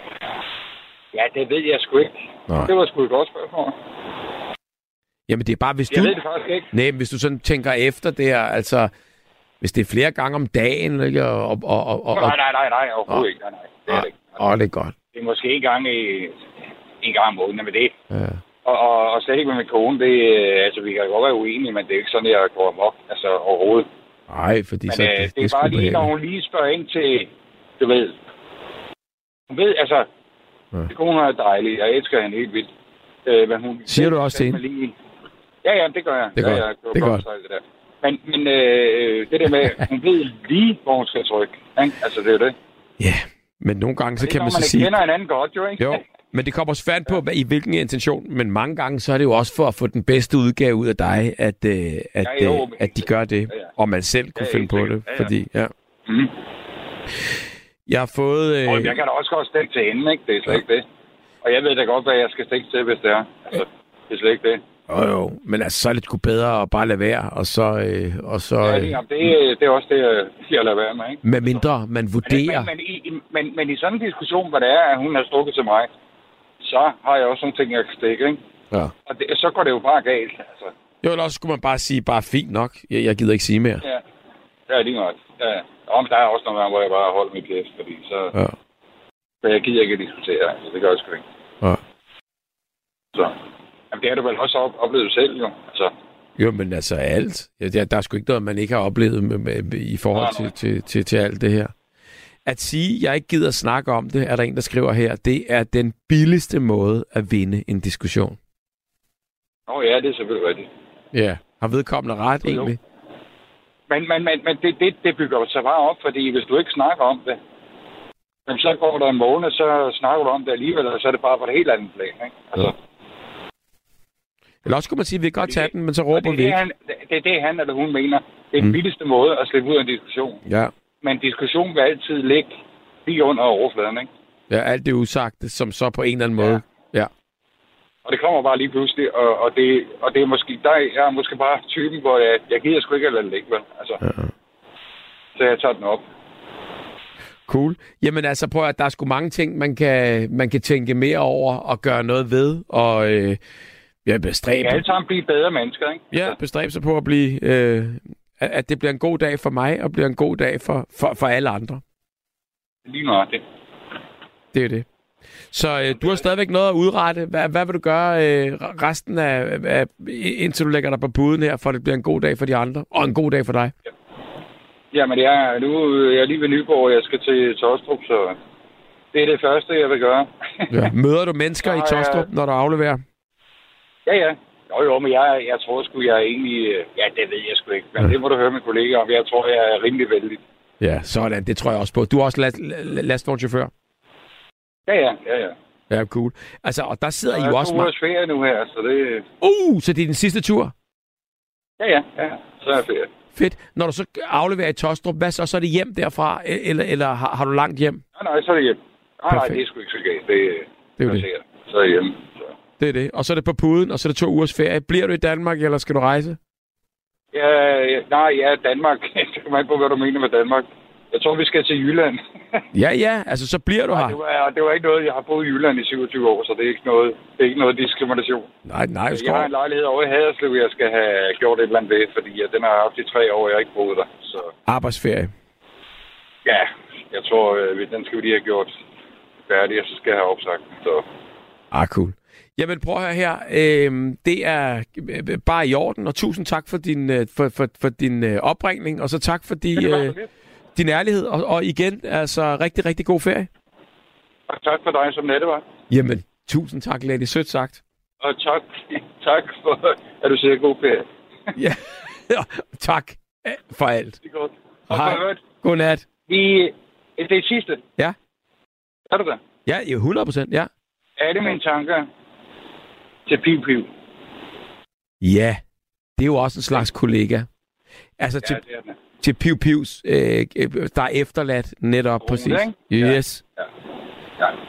Ja, det ved jeg sgu ikke. Nej. Det var sgu et godt spørgsmål. Jamen, det er bare, hvis jeg du... ved det faktisk ikke. Nej, hvis du sådan tænker efter det her, altså... Hvis det er flere gange om dagen, ikke? Og, og, og, og, nej, nej, nej, nej, overhovedet og, ikke. Nej, nej. Det er det ikke. Åh, det er godt. Det er måske en gang i... En gang om måneden med det. Ja. Og, og, og slet ikke med min kone, det, altså vi kan godt være uenige, men det er ikke sådan, jeg går amok, altså overhovedet. Nej, fordi men, så... Øh, det, det, det er bare lige, når hun lige spørger ind til, du ved, hun ved, altså, ja. Det kone er dejlig, jeg elsker hende helt vildt. Øh, men hun, siger du også til hende? Lige... Ja, ja, det gør jeg. Det er ja, godt, jeg, jeg, det er godt. Det der. Men, men øh, det der med, hun ved lige, hvor hun skal trykke, ikke? Altså det er det. Ja, yeah. Men nogle gange, så det, kan man så man sige... Det kender hinanden godt, jo, ikke? Jo. Men det kommer svært på, hvad, i hvilken intention. Men mange gange, så er det jo også for at få den bedste udgave ud af dig, at, øh, at, ja, jo, øh, at de gør det, ja, ja. Og man selv kunne ja, finde på det. Ja, ja. Fordi, ja. Mm. Jeg har fået... Øh... Og jeg kan da også godt stikke til hende, ikke? Det er slet ja. ikke det. Og jeg ved da godt, hvad jeg skal stikke til, hvis det er. Altså, det er slet ikke det. Jo, jo. Men altså, så er det sgu bedre at bare lade være, og så... Øh, og så ja, det, det, det er også det, jeg lader være med, ikke? Med mindre man vurderer... Men, men, men, men, men, men i sådan en diskussion, hvor det er, at hun har strukket til mig, så har jeg også nogle ting, jeg kan stikke, ikke? Ja. Og det, så går det jo bare galt, altså. Jo, eller også skulle man bare sige, bare fint nok. Jeg, jeg gider ikke sige mere. Ja, det er lige nok. Ja. Og der er også nogle gange, hvor jeg bare holder mit kæft, fordi så... Ja. Så jeg gider ikke at diskutere, altså. Det gør jeg sgu ikke. Ja. Så... Jamen, det har du vel også oplevet selv, jo. Altså. Jo, men altså alt. Ja, der, der er sgu ikke noget, man ikke har oplevet med, med, med, i forhold til, til, til, til alt det her. At sige, at jeg ikke gider snakke om det, er der en, der skriver her, det er den billigste måde at vinde en diskussion. Åh oh, ja, det er selvfølgelig rigtigt. Ja, har vedkommende ret egentlig? Men, men, men, men det, det, det bygger sig bare op, fordi hvis du ikke snakker om det, men så går der en måned, så snakker du om det alligevel, og så er det bare på et helt andet plan, ikke? Altså. Ja. Eller også kunne man sige, at vi kan godt tage den, men så råber det, vi ikke. Han, det er det, han eller hun mener. Det er den mm. billigste måde at slippe ud af en diskussion. Ja. Men diskussion vil altid ligge lige under overfladen, ikke? Ja, alt det usagte, som så på en eller anden måde. Ja. ja. Og det kommer bare lige pludselig, og, og, det, og det er måske, der jeg er måske bare typen, hvor jeg, jeg gider sgu ikke at lade det ligge, vel? Altså. Ja. Så jeg tager den op. Cool. Jamen altså, prøv at der er sgu mange ting, man kan, man kan tænke mere over og gøre noget ved, og... Øh, Ja, bestræbe. Vi kan alle sammen blive bedre mennesker, ikke? Ja, bestræbe sig på at blive, øh, at det bliver en god dag for mig, og bliver en god dag for, for, for alle andre. Lige nok det. Det er det. Så øh, du har stadigvæk noget at udrette. Hvad, hvad vil du gøre øh, resten af, af, indtil du lægger dig på puden her, for at det bliver en god dag for de andre, og en god dag for dig? Ja. Jamen, jeg, nu jeg er lige ved Nyborg, og jeg skal til Tostrup, så det er det første, jeg vil gøre. Ja. Møder du mennesker ja, i Tostrup, ja. Når du afleverer? Ja, ja. Jo, jo, men jeg, jeg tror sgu, jeg er egentlig... Ja, det ved jeg sgu ikke. Men ja. Det må du høre med kollegaer om. Jeg tror, jeg er rimelig vældig. Ja, sådan. Det tror jeg også på. Du er også last, lastvognschauffør? Ja, ja, ja, ja. Ja, cool. Altså, og der sidder I jo også... Jeg er to ferie nu her, så det... Uh, så det er din sidste tur? Ja, ja, ja. Så er jeg ferie. Fedt. Når du så afleverer i Tostrup, hvad så? Så er det hjem derfra? Eller, eller har, har du langt hjem? Nej, nej, så er det hjem. Nej, nej, det er sgu ikke så galt. Det, det er det. Sikkert. Så er jeg hjemme. Så. Det er det. Og så er det på puden, og så er det to ugers ferie. Bliver du i Danmark, eller skal du rejse? Ja, ja nej, ja, Danmark. Det kommer an på, hvad du mener med Danmark. Jeg tror, vi skal til Jylland. Ja, ja, altså så bliver du her. Det var, det var ikke noget, jeg har boet i Jylland i syvogtyve år, så det er ikke noget, det er ikke noget diskrimination. Nej, nej. Jeg, jeg har en lejlighed over i Haderslev, jeg skal have gjort et eller andet ved, fordi ja, den har jeg haft i tre år, jeg har ikke boet der. Så. Arbejdsferie. Ja, jeg tror, øh, den skal vi lige have gjort færdig, og så skal jeg have opsagt. Så. Ah, cool. Jamen prøv at høre her. Øh, det er øh, bare i orden, og tusind tak for din, øh, for, for, for din øh, opringning, og så tak for de, øh, din ærlighed, og, og igen, altså rigtig, rigtig god ferie. Og tak for dig som nattevagt. Jamen, tusind tak, Lenny. Sødt sagt. Og tak, tak for, at du siger god ferie. Ja, tak for alt. Det er godt. Hej. Godnat. Vi, det er sidste. Ja. Er du der? Ja, hundrede procent, ja. Er det mine tanker til Piv Piv? Ja, det er jo også en slags kollega. Altså ja, til, til Piv Pivs, øh, der er efterladt netop Rune, præcis. Ikke? Yes. Ja. Ja. Ja.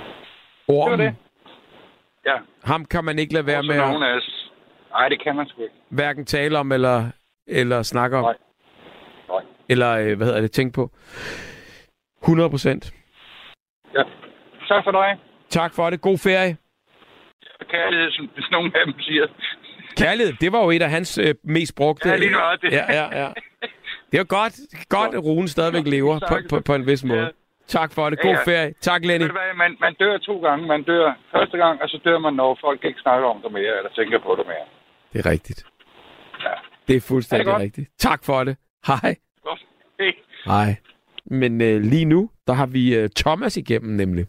Ormen. Det var det. Ja. Ham kan man ikke lade være med at... Nej, det kan man sgu ikke. Hverken tale om eller, eller snakke om. Nej. Nej. Eller, øh, hvad hedder det, tænke på. hundrede procent. Ja. Tak for dig. Tak for det. God ferie. Kærlighed, som nogen af dem siger. Kærlighed, det var jo et af hans øh, mest brugte. Ja, lige noget det. Ja, ja, ja. Det er godt, godt at Rune stadigvæk lever på, på, på en vis måde. Ja. Tak for det. God ja, ja. ferie. Tak, Lenny. Ved du hvad, man, man dør to gange. Man dør første gang, og så dør man, når folk ikke snakker om det mere, eller tænker på det mere. Det er rigtigt. Ja. Det er fuldstændig er det rigtigt. Tak for det. Hej. Godt. Hey. Hej. Men øh, lige nu, der har vi øh, Thomas igennem, nemlig.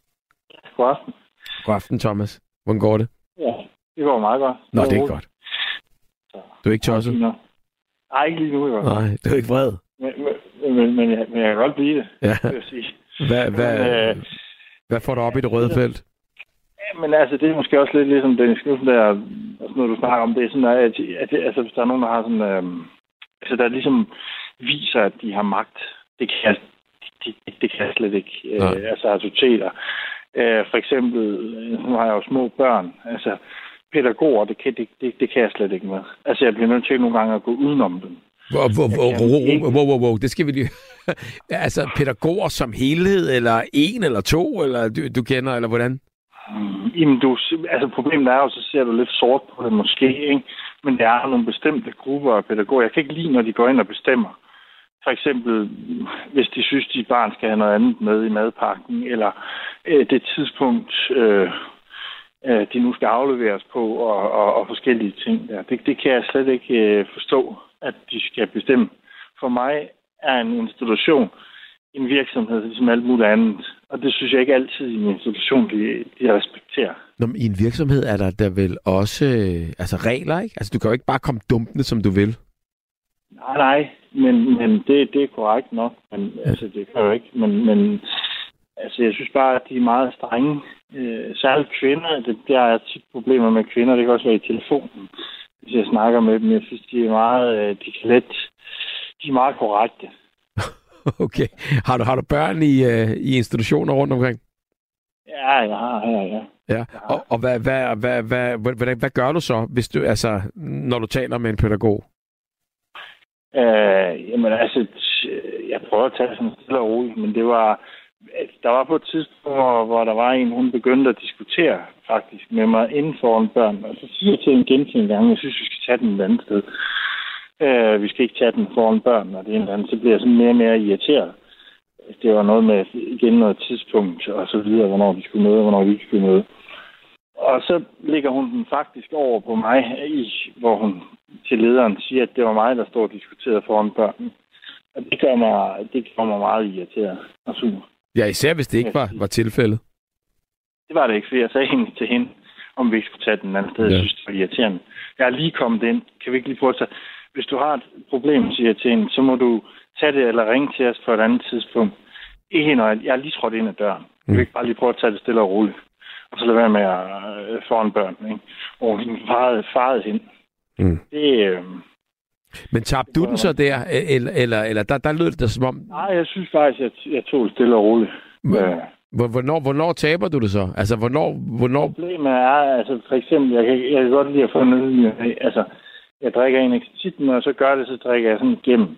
God aften. God aften, Thomas. Hvordan går det? Ja, det går meget godt. Nå, det er godt. Du er ikke tosset? Nej, ikke lige nu i hvert fald. Nej, du er ikke vred. Men, men, men, men, jeg, men jeg kan godt blive det, ja. vil jeg sige. Hvad, hvad, men, øh, hvad får du op i det røde felt? Men altså, det er måske også lidt ligesom Dennis Knudsen der, altså noget du snakker om, det er sådan, at, at det, altså, hvis der er nogen, der har sådan, øh, altså der ligesom viser, at de har magt, det kan jeg, det, det, det kan jeg slet ikke, øh, altså autoriteter. Øh, for eksempel, nu har jeg jo små børn, altså pædagoger, det kan, det, det, det kan jeg slet ikke med. Altså, jeg bliver nødt til nogle gange at gå udenom dem. Wow, wow, wow, wow, wow, wow. Det skal vi lige... altså, pædagoger som helhed, eller en eller to, eller du, du kender, eller hvordan? Mm, jamen, du, altså, problemet er jo, så ser du lidt sort på det måske, ikke? Men der er nogle bestemte grupper af pædagoger. Jeg kan ikke lide, når de går ind og bestemmer. For eksempel, hvis de synes, at de barn skal have noget andet med i madpakken, eller øh, det tidspunkt, øh, øh, de nu skal afleveres på, og, og, og forskellige ting der. Det, det kan jeg slet ikke øh, forstå, at de skal bestemme. For mig er en institution en virksomhed, ligesom alt muligt andet. Og det synes jeg ikke altid i en institution, de, de respekterer. Nå, i en virksomhed er der, der vel også øh, altså regler, ikke? Altså, du kan jo ikke bare komme dumpende, som du vil. Nej, nej. Men, men det, det er korrekt nok. Men, ja. Altså, det kan jo ikke. Men, men altså, jeg synes bare, at de er meget strenge. Øh, særligt kvinder. Det, der er tit problemer med kvinder. Det kan også være i telefonen, hvis jeg snakker med dem. Jeg synes, de er meget, de kan let, de er meget korrekte. Okay. Har du, har du børn i, uh, i institutioner rundt omkring? Ja, jeg har, ja, ja. Ja. Og, og hvad, hvad, hvad, hvad, hvad, hvad, hvad gør du så, hvis du, altså, når du taler med en pædagog? Øh, jamen altså, jeg prøver at tage sådan stille og roligt, men det var, der var på et tidspunkt, hvor, hvor der var en, hun begyndte at diskutere faktisk med mig inden foran børn, og så siger jeg til en gentagende gang, jeg synes, vi skal tage den et andet sted. Uh, vi skal ikke tage den foran børn, og det er en eller anden, så bliver jeg sådan mere og mere irriteret. Det var noget med igen noget tidspunkt, og så videre, hvornår vi skulle møde, og hvornår vi ikke skulle møde. Og så ligger hun den faktisk over på mig, i, hvor hun til lederen siger, at det var mig, der stod og diskuterede foran børn. Og det gør mig, det gør mig meget irriteret og sur. Ja, især hvis det ikke var, var tilfældet. Det var det ikke, for jeg sagde hende til hende, om vi ikke skulle tage den anden sted. Ja. Jeg synes, det var irriterende. Jeg er lige kommet ind. Kan vi ikke lige prøve at tage... Hvis du har et problem, siger jeg til hende, så må du tage det eller ringe til os på et andet tidspunkt. Ikke når jeg, jeg er lige trådt ind ad døren. Mm. Jeg vil ikke bare lige prøve at tage det stille og roligt. Og så lade være med at øh, foran børn. Ikke? Og hun farede, farede hen. Mm. Det, øh, Men tabte du den så der? Eller, eller, eller der, der lød det som om... Nej, jeg synes faktisk, at jeg, jeg tog det stille og roligt. Hvornår, hvornår taber du det så? Altså, hvornår... hvornår... Problemet er, altså for eksempel, jeg kan, jeg kan godt lide at få noget. Altså, jeg drikker en eksercitten, og så gør det, så drikker jeg sådan igennem.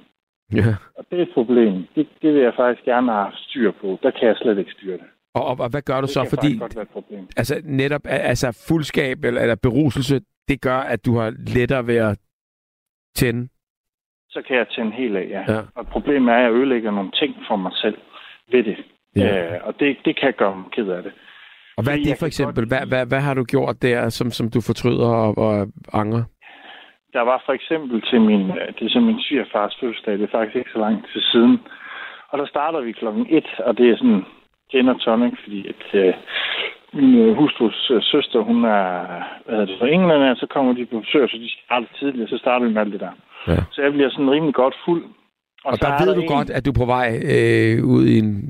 Ja. Og det er et problem. Det, det vil jeg faktisk gerne have styr på. Der kan jeg slet ikke styre det. Og, og, og hvad gør du det så? Fordi godt være et problem. altså, netop altså, fuldskab eller, eller beruselse, det gør, at du har lettere ved at tænde? Så kan jeg tænde helt af, ja. ja. Og problemet er, at jeg ødelægger nogle ting for mig selv ved det. Ja. Øh, og det, det kan gøre mig ked af det. Og hvad er det for eksempel? Godt... Hvad, hvad, hvad har du gjort der, som, som du fortryder og, og angrer? Der var for eksempel til min, det er som min svigerfars fødselsdag, det er faktisk ikke så lang tid siden. Og der starter vi klokken et, og det er sådan gin og tonic, fordi at, øh, min hustrus øh, søster, hun er, hvad hedder det, fra England, og så kommer de på besøg, så de starter tidligt, så starter vi med alt det der. Ja. Så jeg bliver sådan rimelig godt fuld. Og, og der, der ved du en... godt, at du er på vej øh, ud i en,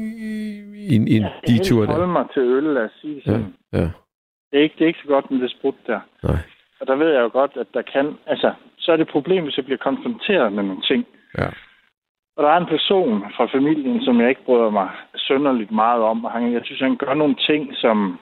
i en, en ja, detur der. Jeg holder mig til øl, lad os sige sådan. Ja. Ja. Det, er ikke, det er ikke så godt med det sprut der. Nej. Og der ved jeg jo godt, at der kan... Altså, så er det et problem, hvis jeg bliver konfronteret med nogle ting. Ja. Og der er en person fra familien, som jeg ikke bryder mig synderligt meget om. Og han, jeg synes, han gør nogle ting, som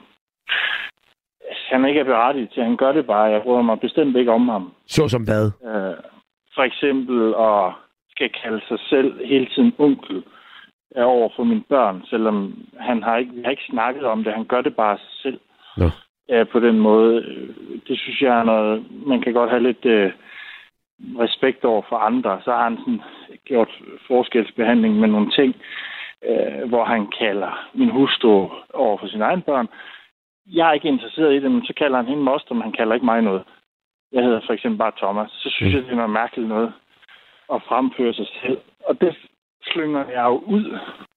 han ikke er berettiget til. Han gør det bare. Jeg bryder mig bestemt ikke om ham. Så som hvad? Øh, for eksempel at skal kalde sig selv hele tiden onkel over for mine børn, selvom han har ikke, vi har ikke snakket om det. Han gør det bare selv. Nå. Ja, på den måde. Det synes jeg er noget... Man kan godt have lidt øh, respekt over for andre. Så har han sådan gjort forskelsbehandling med nogle ting, øh, hvor han kalder min hustru over for sine egne børn. Jeg er ikke interesseret i det, men så kalder han hende moster, men han kalder ikke mig noget. Jeg hedder for eksempel bare Thomas. Så synes mm. jeg, det er noget mærkeligt noget at fremføre sig selv. Og det slynger jeg jo ud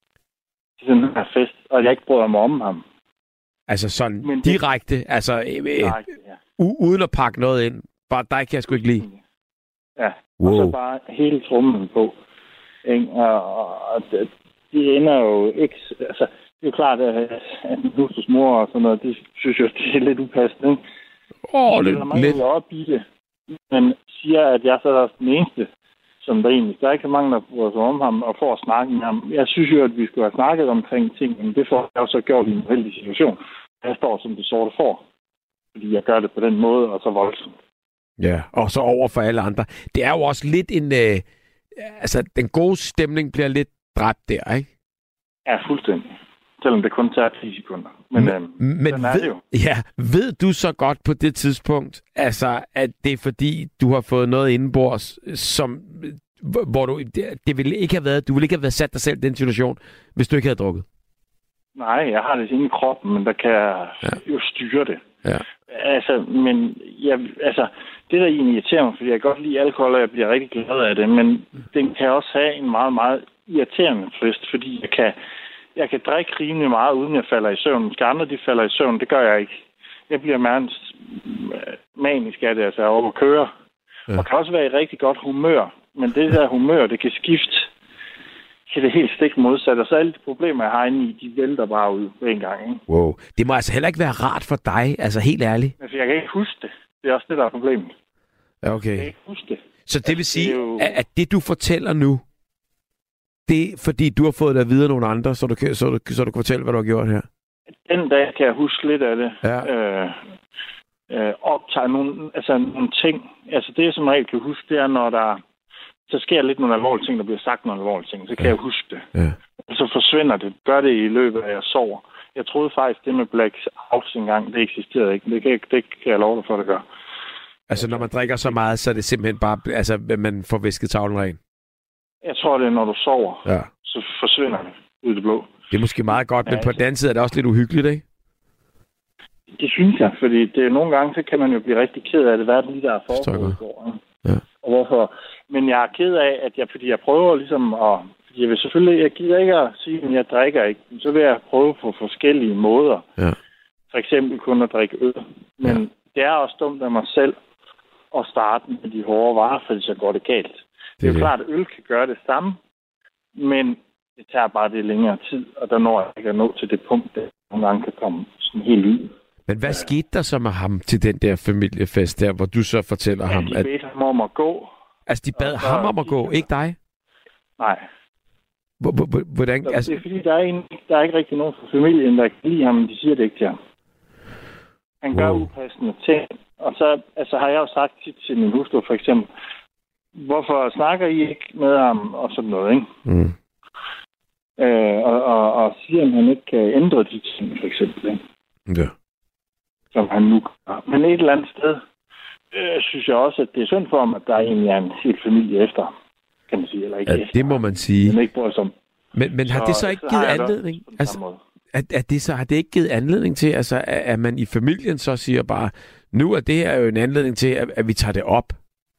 til den her fest, og jeg ikke bryder mig om ham. Altså sådan men direkte, det, altså øh, direkte, ja. u- uden at pakke noget ind. Bare dig kan jeg sgu ikke lide. Ja, wow. Og så bare hele trummen på. Ikke? Og, og, og det, de ender jo ikke... Altså, det er jo klart, at, at min hustrus mor og sådan noget, det synes jeg, det er lidt upassende. Åh, oh, det er lidt... op i det, men siger, at jeg så er den eneste, som der egentlig... Der er ikke så mange, der bruger sig om ham og får at snakke med ham. Jeg synes jo, at vi skulle have snakket omkring ting, men det får jeg også gjort i en heldig situation. Jeg står som det sorte får, fordi jeg gør det på den måde, og så voldsomt. Ja, og så over for alle andre. Det er jo også lidt en... Øh, altså, den gode stemning bliver lidt dræbt der, ikke? Ja, fuldstændig. Selvom det kun tager ti sekunder. Men, men, øhm, men er ved, det jo. Ja, ved du så godt på det tidspunkt, altså, at det er fordi, du har fået noget indenbords, som, hvor du... Det, det ville ikke have været... Du ville ikke have været sat dig selv i den situation, hvis du ikke havde drukket? Nej, jeg har det inde i kroppen, men der kan jeg ja. jo styre det. Ja. Altså, men jeg, altså, det der egentlig irriterer mig, fordi jeg kan godt lide alkohol, og jeg bliver rigtig glad af det, men den kan også have en meget, meget irriterende fest, fordi jeg kan, jeg kan drikke rimelig meget, uden jeg falder i søvn. Hvis andre de falder i søvn, det gør jeg ikke. Jeg bliver mere manisk af det, altså over at køre. Ja. Og kan også være i rigtig godt humør, men det der humør, det kan skifte til det helt stik modsatte. Og så alle de problemer, jeg har inde i, de vælter bare ud på en gang. Ikke? Wow. Det må altså heller ikke være rart for dig, altså helt ærligt. Altså, jeg kan ikke huske det. Det er også det, der er problemet. Ja, okay. Jeg kan ikke huske det. Så det vil sige, det jo... at det du fortæller nu, det er fordi, du har fået det at vide af nogle andre, så du kan, så du, så du kan fortælle, hvad du har gjort her? Den dag kan jeg huske lidt af det. Ja. Øh, øh, optage nogle, altså, nogle ting. Altså det, som jeg ikke kan huske, det er, når der så sker lidt nogle alvorlige ting, der bliver sagt nogle alvorlige ting, så kan ja. jeg huske det. Ja. Og så forsvinder det. Gør det i løbet af, at jeg sover. Jeg troede faktisk, det med blackouts engang, det eksisterede ikke. Det kan, det kan jeg love dig for, at det gør. Altså, når man drikker så meget, så er det simpelthen bare, altså, man får visket tavlen ren? Jeg tror, det er, når du sover, ja. så forsvinder det ud i det blå. Det er måske meget godt, men ja, på den anden side er det også lidt uhyggeligt, ikke? Det synes jeg, fordi det er nogle gange, så kan man jo blive rigtig ked af det. Hvad er det lige, der er foregået i går? Ja. Og hvorfor? Men jeg er ked af, at jeg, fordi jeg prøver ligesom at... Fordi jeg vil selvfølgelig... Jeg gider ikke at sige, at jeg drikker ikke. Så vil jeg prøve på forskellige måder. Ja. For eksempel kun at drikke øl. Men ja. det er også dumt af mig selv at starte med de hårde varer, fordi så går det galt. Det, det er jo klart, at øl kan gøre det samme, men det tager bare det længere tid, og der når jeg ikke at nå til det punkt, der nogle gange kan komme sådan helt ud. Men hvad ja. skete der så med ham til den der familiefest der, hvor du så fortæller ja, ham, at... de bedte ham om at gå. Altså, de bad ham om at gå, ikke dig? Nej. Hvordan? Altså... Det er fordi, der er, en, der er ikke rigtig nogen fra familien, der kan lide ham, men de siger det ikke til ham. Han gør wow. upassende ting. Og så altså, har jeg jo sagt tit til min hustru, for eksempel, hvorfor snakker I ikke med ham, og sådan noget, ikke? Mm. Øh, og, og, og siger, at han ikke kan ændre de ting, for eksempel, ikke? Ja. Som han nu gør. Men et eller andet sted, øh, synes jeg også, at det er synd for ham, at der egentlig er en hel familie efter, kan man sige, eller ikke Ja, efter. det må man sige. Men ikke bruger som. Men, men har så, det så ikke så givet har anledning? Altså, at, at det så, har det ikke givet anledning til, altså, at, at man i familien så siger bare, nu er det her jo en anledning til, at, at vi tager det op?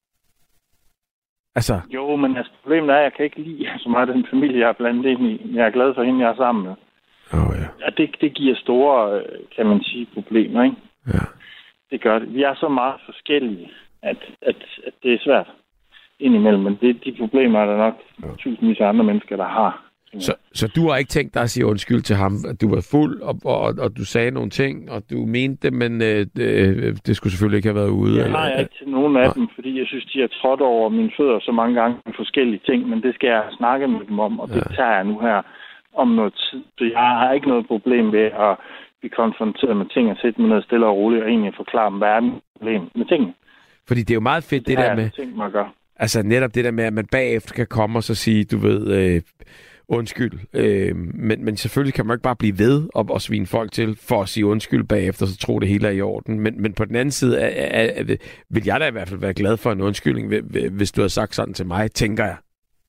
Altså... Jo, men altså, problemet er, at jeg kan ikke lide så meget den familie, jeg har blandet ind i. Jeg er glad for hende, jeg er sammen med. Oh, ja. Ja, det, det giver store, kan man sige, problemer, ikke? Ja. Det gør det. Vi er så meget forskellige, at, at, at det er svært indimellem. Men det, de problemer er der nok ja. tusindvis af andre mennesker, der har. Så, så du har ikke tænkt dig at sige undskyld til ham, at du var fuld, og, og, og du sagde nogle ting, og du mente det, men øh, det, det skulle selvfølgelig ikke have været ude? Jeg har eller, ikke til nogen af dem, fordi jeg synes, de har trådt over mine fødder så mange gange med forskellige ting, men det skal jeg snakke med dem om, og det ja. tager jeg nu her om noget tid. Så jeg har ikke noget problem ved at blive konfronteret med ting og sætte mig ned stille og roligt og egentlig forklare dem, hvad er mit problem med tingene. Fordi det er jo meget fedt, det, det der med... Ting, man gør. Altså netop det der med, at man bagefter kan komme og så sige, du ved... Øh, undskyld. Øh, men, men selvfølgelig kan man ikke bare blive ved og, og svine folk til for at sige undskyld bagefter, så tro det hele er i orden. Men, men på den anden side er, er, er, vil jeg da i hvert fald være glad for en undskyldning, hvis du havde sagt sådan til mig, tænker jeg.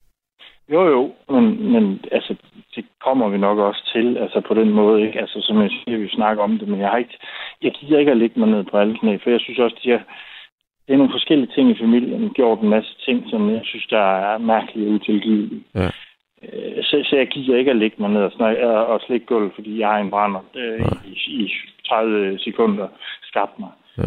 Jo, jo. Men, men altså, det kommer vi nok også til, altså på den måde, ikke? Altså, som jeg siger, vi snakker om det, men jeg har ikke, jeg gider ikke at lægge mig ned på alle knæ, for jeg synes også, de har, det er nogle forskellige ting i familien, gjort en masse ting, som jeg synes, der er mærkelige og utilgivelige. Ja. Så, så jeg gider ikke at lægge mig ned og, snakke, og slikke gulv, fordi jeg har en brænder ja. i, i tredive sekunder skabt mig. Ja.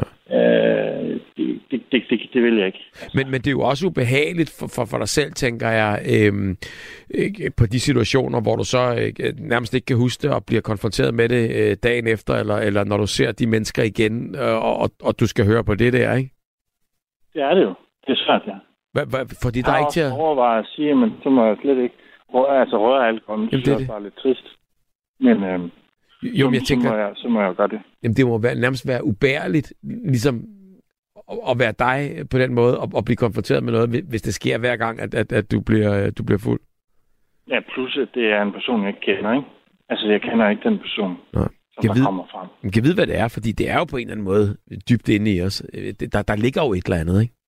Øh, det, det, det, det vil jeg ikke. Altså. Men, men det er jo også ubehageligt for, for, for dig selv, tænker jeg, øhm, øh, på de situationer, hvor du så øh, nærmest ikke kan huske det og bliver konfronteret med det øh, dagen efter, eller, eller når du ser de mennesker igen, øh, og, og, og du skal høre på det der, ikke? Det er det jo. Det er svært, ja. Hva, hva, fordi der er ikke til at... Jeg har overvejet at sige, men så må jeg slet ikke røre, altså røre alkohol. Det er bare lidt trist. Men... Øhm, Jo, men jeg tænker, så, må jeg, så må jeg jo gøre det. Jamen, det må være, nærmest være ubærligt, ligesom at, at være dig på den måde, og at blive konfronteret med noget, hvis det sker hver gang, at, at, at du, bliver, du bliver fuld. Ja, plus at det er en person, jeg ikke kender, ikke? Altså, jeg kender ikke den person, Nej. som kan der vide, kommer frem. Man kan vide, hvad det er, fordi det er jo på en eller anden måde dybt inde i os. Der, der ligger jo et eller andet, ikke?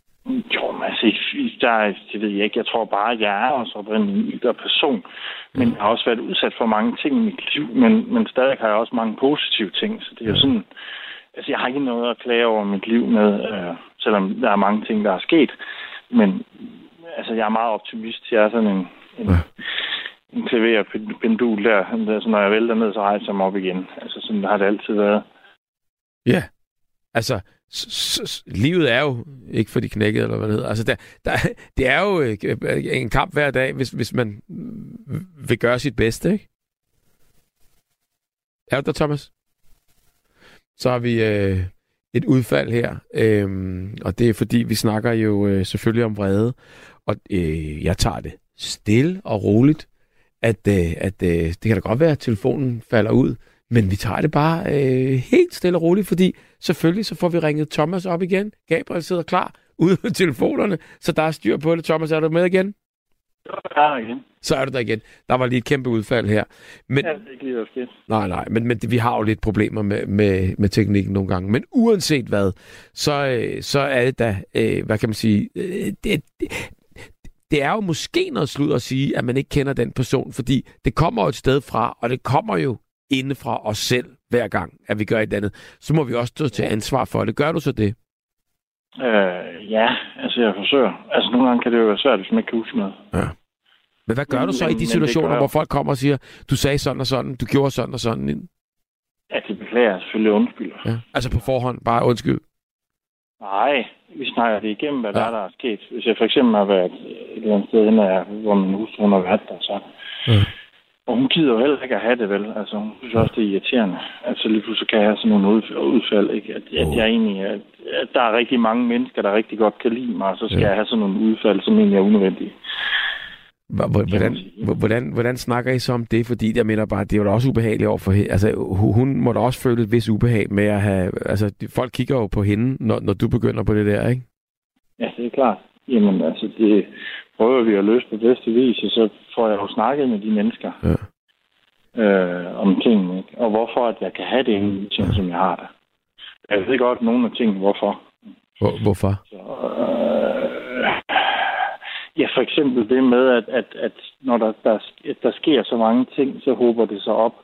Jo, men altså, der, det ved jeg ikke. Jeg tror bare, at jeg er også oprindelig en yder person. Men jeg har også været udsat for mange ting i mit liv, men, men stadig har jeg også mange positive ting. Så det er jo sådan... Altså, jeg har ikke noget at klage over mit liv med, øh, selvom der er mange ting, der er sket. Men altså, jeg er meget optimist. Jeg er sådan en, en, ja. en klaverpendul der. Så når jeg vælter ned, så rejser jeg mig op igen. Altså, sådan har det altid været. Ja, altså... S- s- livet er jo ikke for de knækkede, eller hvad det hedder. Altså, der, der, det er jo en kamp hver dag, hvis, hvis man vil gøre sit bedste, ikke? Er du der, Thomas? Så har vi øh, et udfald her, øh, og det er fordi, vi snakker jo øh, selvfølgelig om vrede, og øh, jeg tager det stille og roligt, at, øh, at øh, det kan da godt være, at telefonen falder ud, men vi tager det bare øh, helt stille og roligt, fordi selvfølgelig så får vi ringet Thomas op igen. Gabriel sidder klar ude på telefonerne, så der er styr på det. Thomas, er du med igen? Så er der igen. Så er du der igen. Der var lige et kæmpe udfald her. Men, ja, det er ikke lige skidt. Nej, nej, men, men vi har jo lidt problemer med, med, med teknikken nogle gange. Men uanset hvad, så, øh, så er det da, øh, hvad kan man sige, øh, det, det, det er jo måske noget slud at sige, at man ikke kender den person, fordi det kommer jo et sted fra, og det kommer jo inde fra os selv, hver gang, at vi gør et andet, så må vi også stå til ansvar for det. Gør du så det? Øh, ja, altså jeg forsøger. Altså nogle gange kan det jo være svært, hvis man ikke kan huske noget. Ja. Men hvad gør men, du så men, i de situationer, hvor folk kommer og siger, du sagde sådan og sådan, du gjorde sådan og sådan? Ja, det beklager jeg selvfølgelig undskylder. Ja. Altså på forhånd, bare undskyld? Nej, vi snakker det igennem, hvad ja. der, der er sket. Hvis jeg for eksempel har været et eller andet sted, hvor min hustru har været der, så... Ja. Og hun gider jo heller ikke at have det, vel? Altså, hun synes også, det er irriterende. Altså, lige pludselig kan jeg have sådan nogle udfald, ikke? At, at jeg egentlig... At, at der er rigtig mange mennesker, der rigtig godt kan lide mig, og så skal ja. jeg have sådan nogle udfald, som egentlig er unødvendige. Hvordan, hvordan, hvordan snakker I så om det? Fordi jeg mener bare, det er jo da også ubehageligt over for hende. Altså, hun må da også føle et vis ubehag med at have... Altså, folk kigger jo på hende, når, når du begynder på det der, ikke? Ja, det er klart. Jamen, altså, det prøver vi at løse på bedste vis, og så får jeg jo snakket med de mennesker ja. øh, om tingene, ikke? Og hvorfor at jeg kan have det ene ting, som jeg har der. Jeg ved godt nogle af tingene, hvorfor. Hvor, hvorfor? Så, øh, ja, for eksempel det med, at, at, at når der, der, der sker så mange ting, så håber det sig op.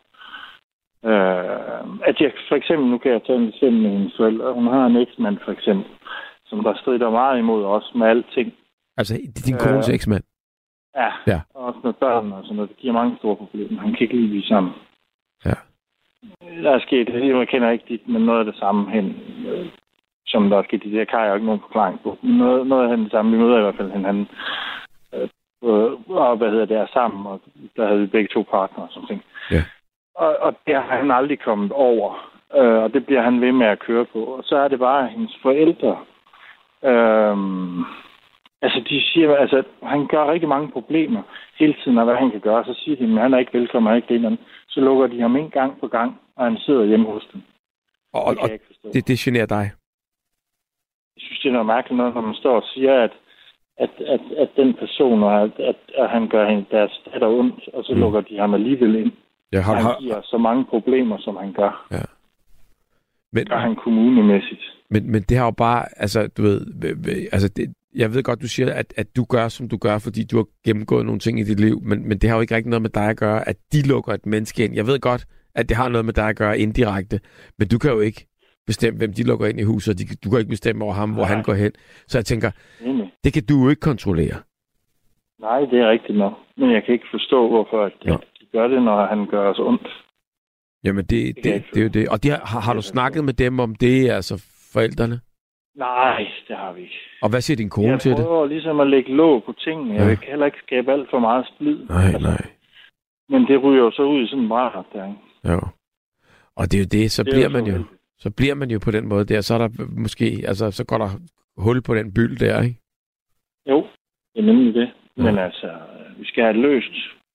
Øh, at jeg for eksempel, nu kan jeg tage en eksempel med hendes forældre, hun har en eksmand for eksempel, som der strider meget imod os med alting. Altså din kones øh, eksmand? Ja, ja, og også med børn og sådan noget. Det giver mange store problemer. Han kan ikke lige blive sammen. Ja. Der er sket, jeg kender ikke dit, men noget af det samme hen, øh, som der er sket. Det kan jeg jo ikke nogen forklaring på. Noget, noget af det samme. Vi møder i hvert fald han, øh, og hvad hedder det, er sammen, og der havde vi begge to partnere og sådan ting. Ja. Og, og det har han aldrig kommet over, øh, og det bliver han ved med at køre på. Og så er det bare hendes forældre. Øh, altså, de siger, altså, han gør rigtig mange problemer hele tiden, og hvad han kan gøre. Så siger de, at han er ikke velkommen, han er ikke det. Så lukker de ham en gang på gang, og han sidder hjemme hos dem. Og, og, og det, det generer dig? Jeg synes, det er noget mærkeligt noget, når man står og siger, at, at, at, at den person, og at, at, at han gør hende deres datter ondt, og så mm. lukker de ham alligevel ind. Ja, har, han giver så mange problemer, som han gør. Ja. Men, gør han kommunemæssigt. Men, men det har jo bare, altså, du ved, altså, det, jeg ved godt, du siger, at, at du gør, som du gør, fordi du har gennemgået nogle ting i dit liv, men, men det har jo ikke rigtig noget med dig at gøre, at de lukker et menneske ind. Jeg ved godt, at det har noget med dig at gøre indirekte, men du kan jo ikke bestemme, hvem de lukker ind i huset, de, du kan ikke bestemme over ham, nej, hvor han går hen. Så jeg tænker, mm. det kan du jo ikke kontrollere. Nej, det er rigtigt nok. Men jeg kan ikke forstå, hvorfor at, at de gør det, når han gør os ondt. Jamen, det, det, det, det er jo det. Og de har, har du snakket med dem om det, altså forældrene? Nej, det har vi ikke. Og hvad siger din kone jeg til det? Jeg prøver ligesom at lægge låg på tingene. Ja. Jeg vil heller ikke skabe alt for meget splid. Nej, altså. nej. Men det ryger jo så ud i sådan en bræt der, ikke? Jo. Og det er jo det, så det bliver jo man jo... Så bliver man jo på den måde der, så er der måske... Altså, så går der hul på den byld der, ikke? Jo, det er nemlig det. Ja. Men altså, vi skal have det løst.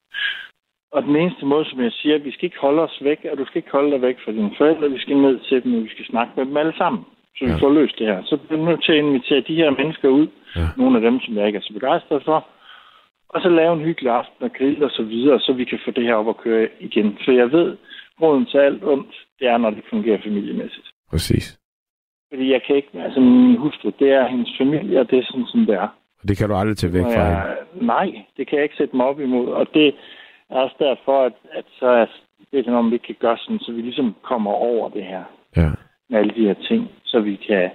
Og den eneste måde, som jeg siger, vi skal ikke holde os væk, og du skal ikke holde dig væk fra dine forældre. Vi skal ned til dem, og vi skal snakke med dem alle sammen, så vi ja. får løst det her. Så bliver vi nødt til at invitere de her mennesker ud. Ja. Nogle af dem, som jeg ikke er så begejstret for. Og så lave en hyggelig aften og grille og så videre, så vi kan få det her op og køre igen. For jeg ved, råden til alt ondt, det er, når det fungerer familiemæssigt. Præcis. Fordi jeg kan ikke... Altså, min hustru, det er hendes familie, og det er sådan, som det er. Og det kan du aldrig tage væk fra jeg, hende? Nej, det kan jeg ikke sætte mig op imod. Og det er også derfor, at, at så er det er, om vi kan gøre sådan, så vi ligesom kommer over det her. Ja. Med alle de her ting, så vi kan...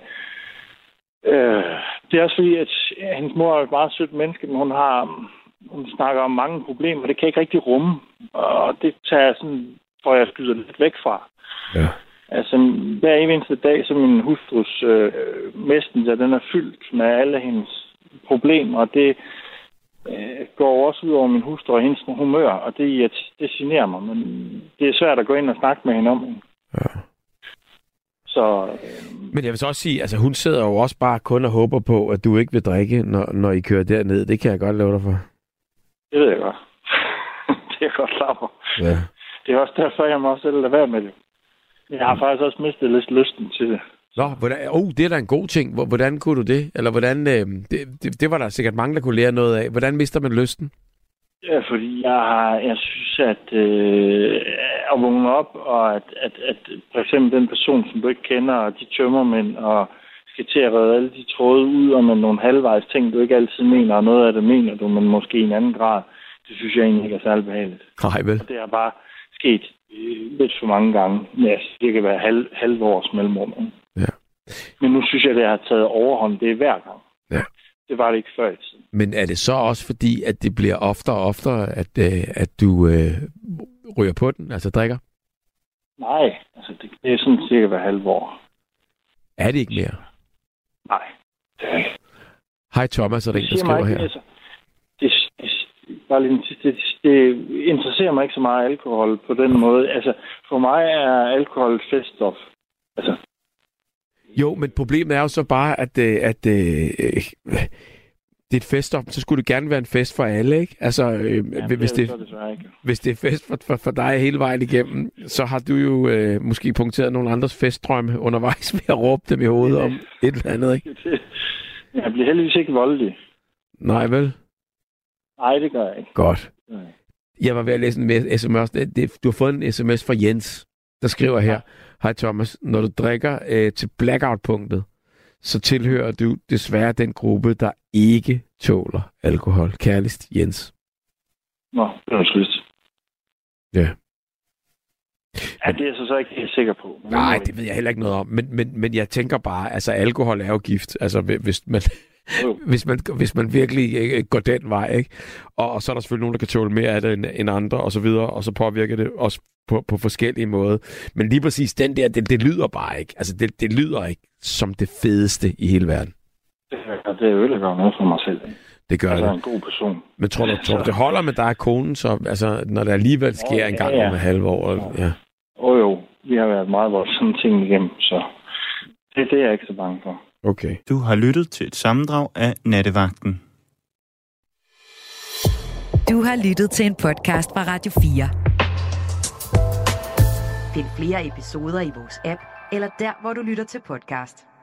Øh, det er også fordi, at hendes mor er et meget sødt menneske, men hun har... Hun snakker om mange problemer, det kan jeg ikke rigtig rumme. Og det tager jeg sådan... for jeg skyder lidt væk fra. Ja. Altså, hver eneste dag, så min hustrus øh, messenger, den er fyldt med alle hendes problemer, og det øh, går også ud over min hustru og hendes humør, og det, det generer mig, men det er svært at gå ind og snakke med hende om. Ja. Så, øh, men jeg vil så også sige, altså hun sidder jo også bare kun og håber på, at du ikke vil drikke, når, når I kører derned. Det kan jeg godt love dig for. Det ved jeg godt. Det er jeg godt klar på. Ja. Det er også derfor, jeg må også selv lade være med det. Jeg har faktisk også mistet lidt lysten til det. Nå, hvordan, oh, det er da en god ting. Hvordan kunne du det? Eller hvordan, øh, det, det, det var der sikkert mange, der kunne lære noget af. Hvordan mister man lysten? Ja, fordi jeg, har, jeg synes, at øh, at vågne op, og at, at, at for eksempel den person, som du ikke kender, og de tømmermænd, og skal til at redde alle de tråde ud, og med nogle halvvejs ting, du ikke altid mener, og noget af det mener du, men måske i en anden grad. Det synes jeg egentlig ikke er særlig behageligt. Nej, vel? Og det er bare sket øh, lidt for mange gange. Ja, det kan være halv, halve års mellemrum. Ja. Men nu synes jeg, det har taget overhånd. Det er hver gang. Ja. Det var det ikke før i tiden. Men er det så også fordi, at det bliver oftere og oftere, at, øh, at du øh, ryger på den, altså drikker? Nej, altså det, det er sådan cirka hver halve år. Er det ikke mere? Nej, det er ikke. Hej Thomas, er der en, der skriver her. Altså, det, det, bare lige, det, det interesserer mig ikke så meget alkohol på den måde. Altså, for mig er alkohol et feststof. Altså. Jo, men problemet er jo så bare, at, at, at øh, det er et feststof, så skulle det gerne være en fest for alle, ikke? Altså, øh, ja, hvis, det, det ikke. hvis det er fest for, for, for dig hele vejen igennem, så har du jo øh, måske punkteret nogle andres festdrømme undervejs ved at råbe dem i hovedet om et eller andet, ikke? Jeg bliver heldigvis ikke voldelig. Nej, vel? Nej, det gør jeg ikke. Godt. Nej. Jeg var ved at læse en sms. Det, det, du har fået en sms fra Jens, der skriver her. Hej Thomas, når du drikker øh, til blackout-punktet, så tilhører du desværre den gruppe, der ikke tåler alkohol. Kærligst, Jens. Nå, det er slut. Ja. Ja, det er jeg så, så ikke helt sikker på. Nej, det ved jeg heller ikke noget om. Men, men, men jeg tænker bare, altså alkohol er jo gift. Altså hvis man, hvis man, hvis man virkelig øh, går den vej, ikke? Og, og så er der selvfølgelig nogen, der kan tåle mere af det end, end andre, og så videre, og så påvirker det også på, på forskellige måder. Men lige præcis den der, det, det lyder bare ikke. Altså det, det lyder ikke som det fedeste i hele verden. Det, det er ødelægger noget for mig selv. Det gør altså, det. En god person. Men tror du, tror du det holder med dig og konen, så, altså, når der alligevel sker ja, en gang ja. om et halvt år? Ja. Åh oh, jo, vi har været meget voldsomme ting igennem, så det, det er jeg ikke så bange for. Okay. Du har lyttet til et sammendrag af Nattevagten. Du har lyttet til en podcast fra Radio fire. Find flere episoder i vores app, eller der, hvor du lytter til podcast.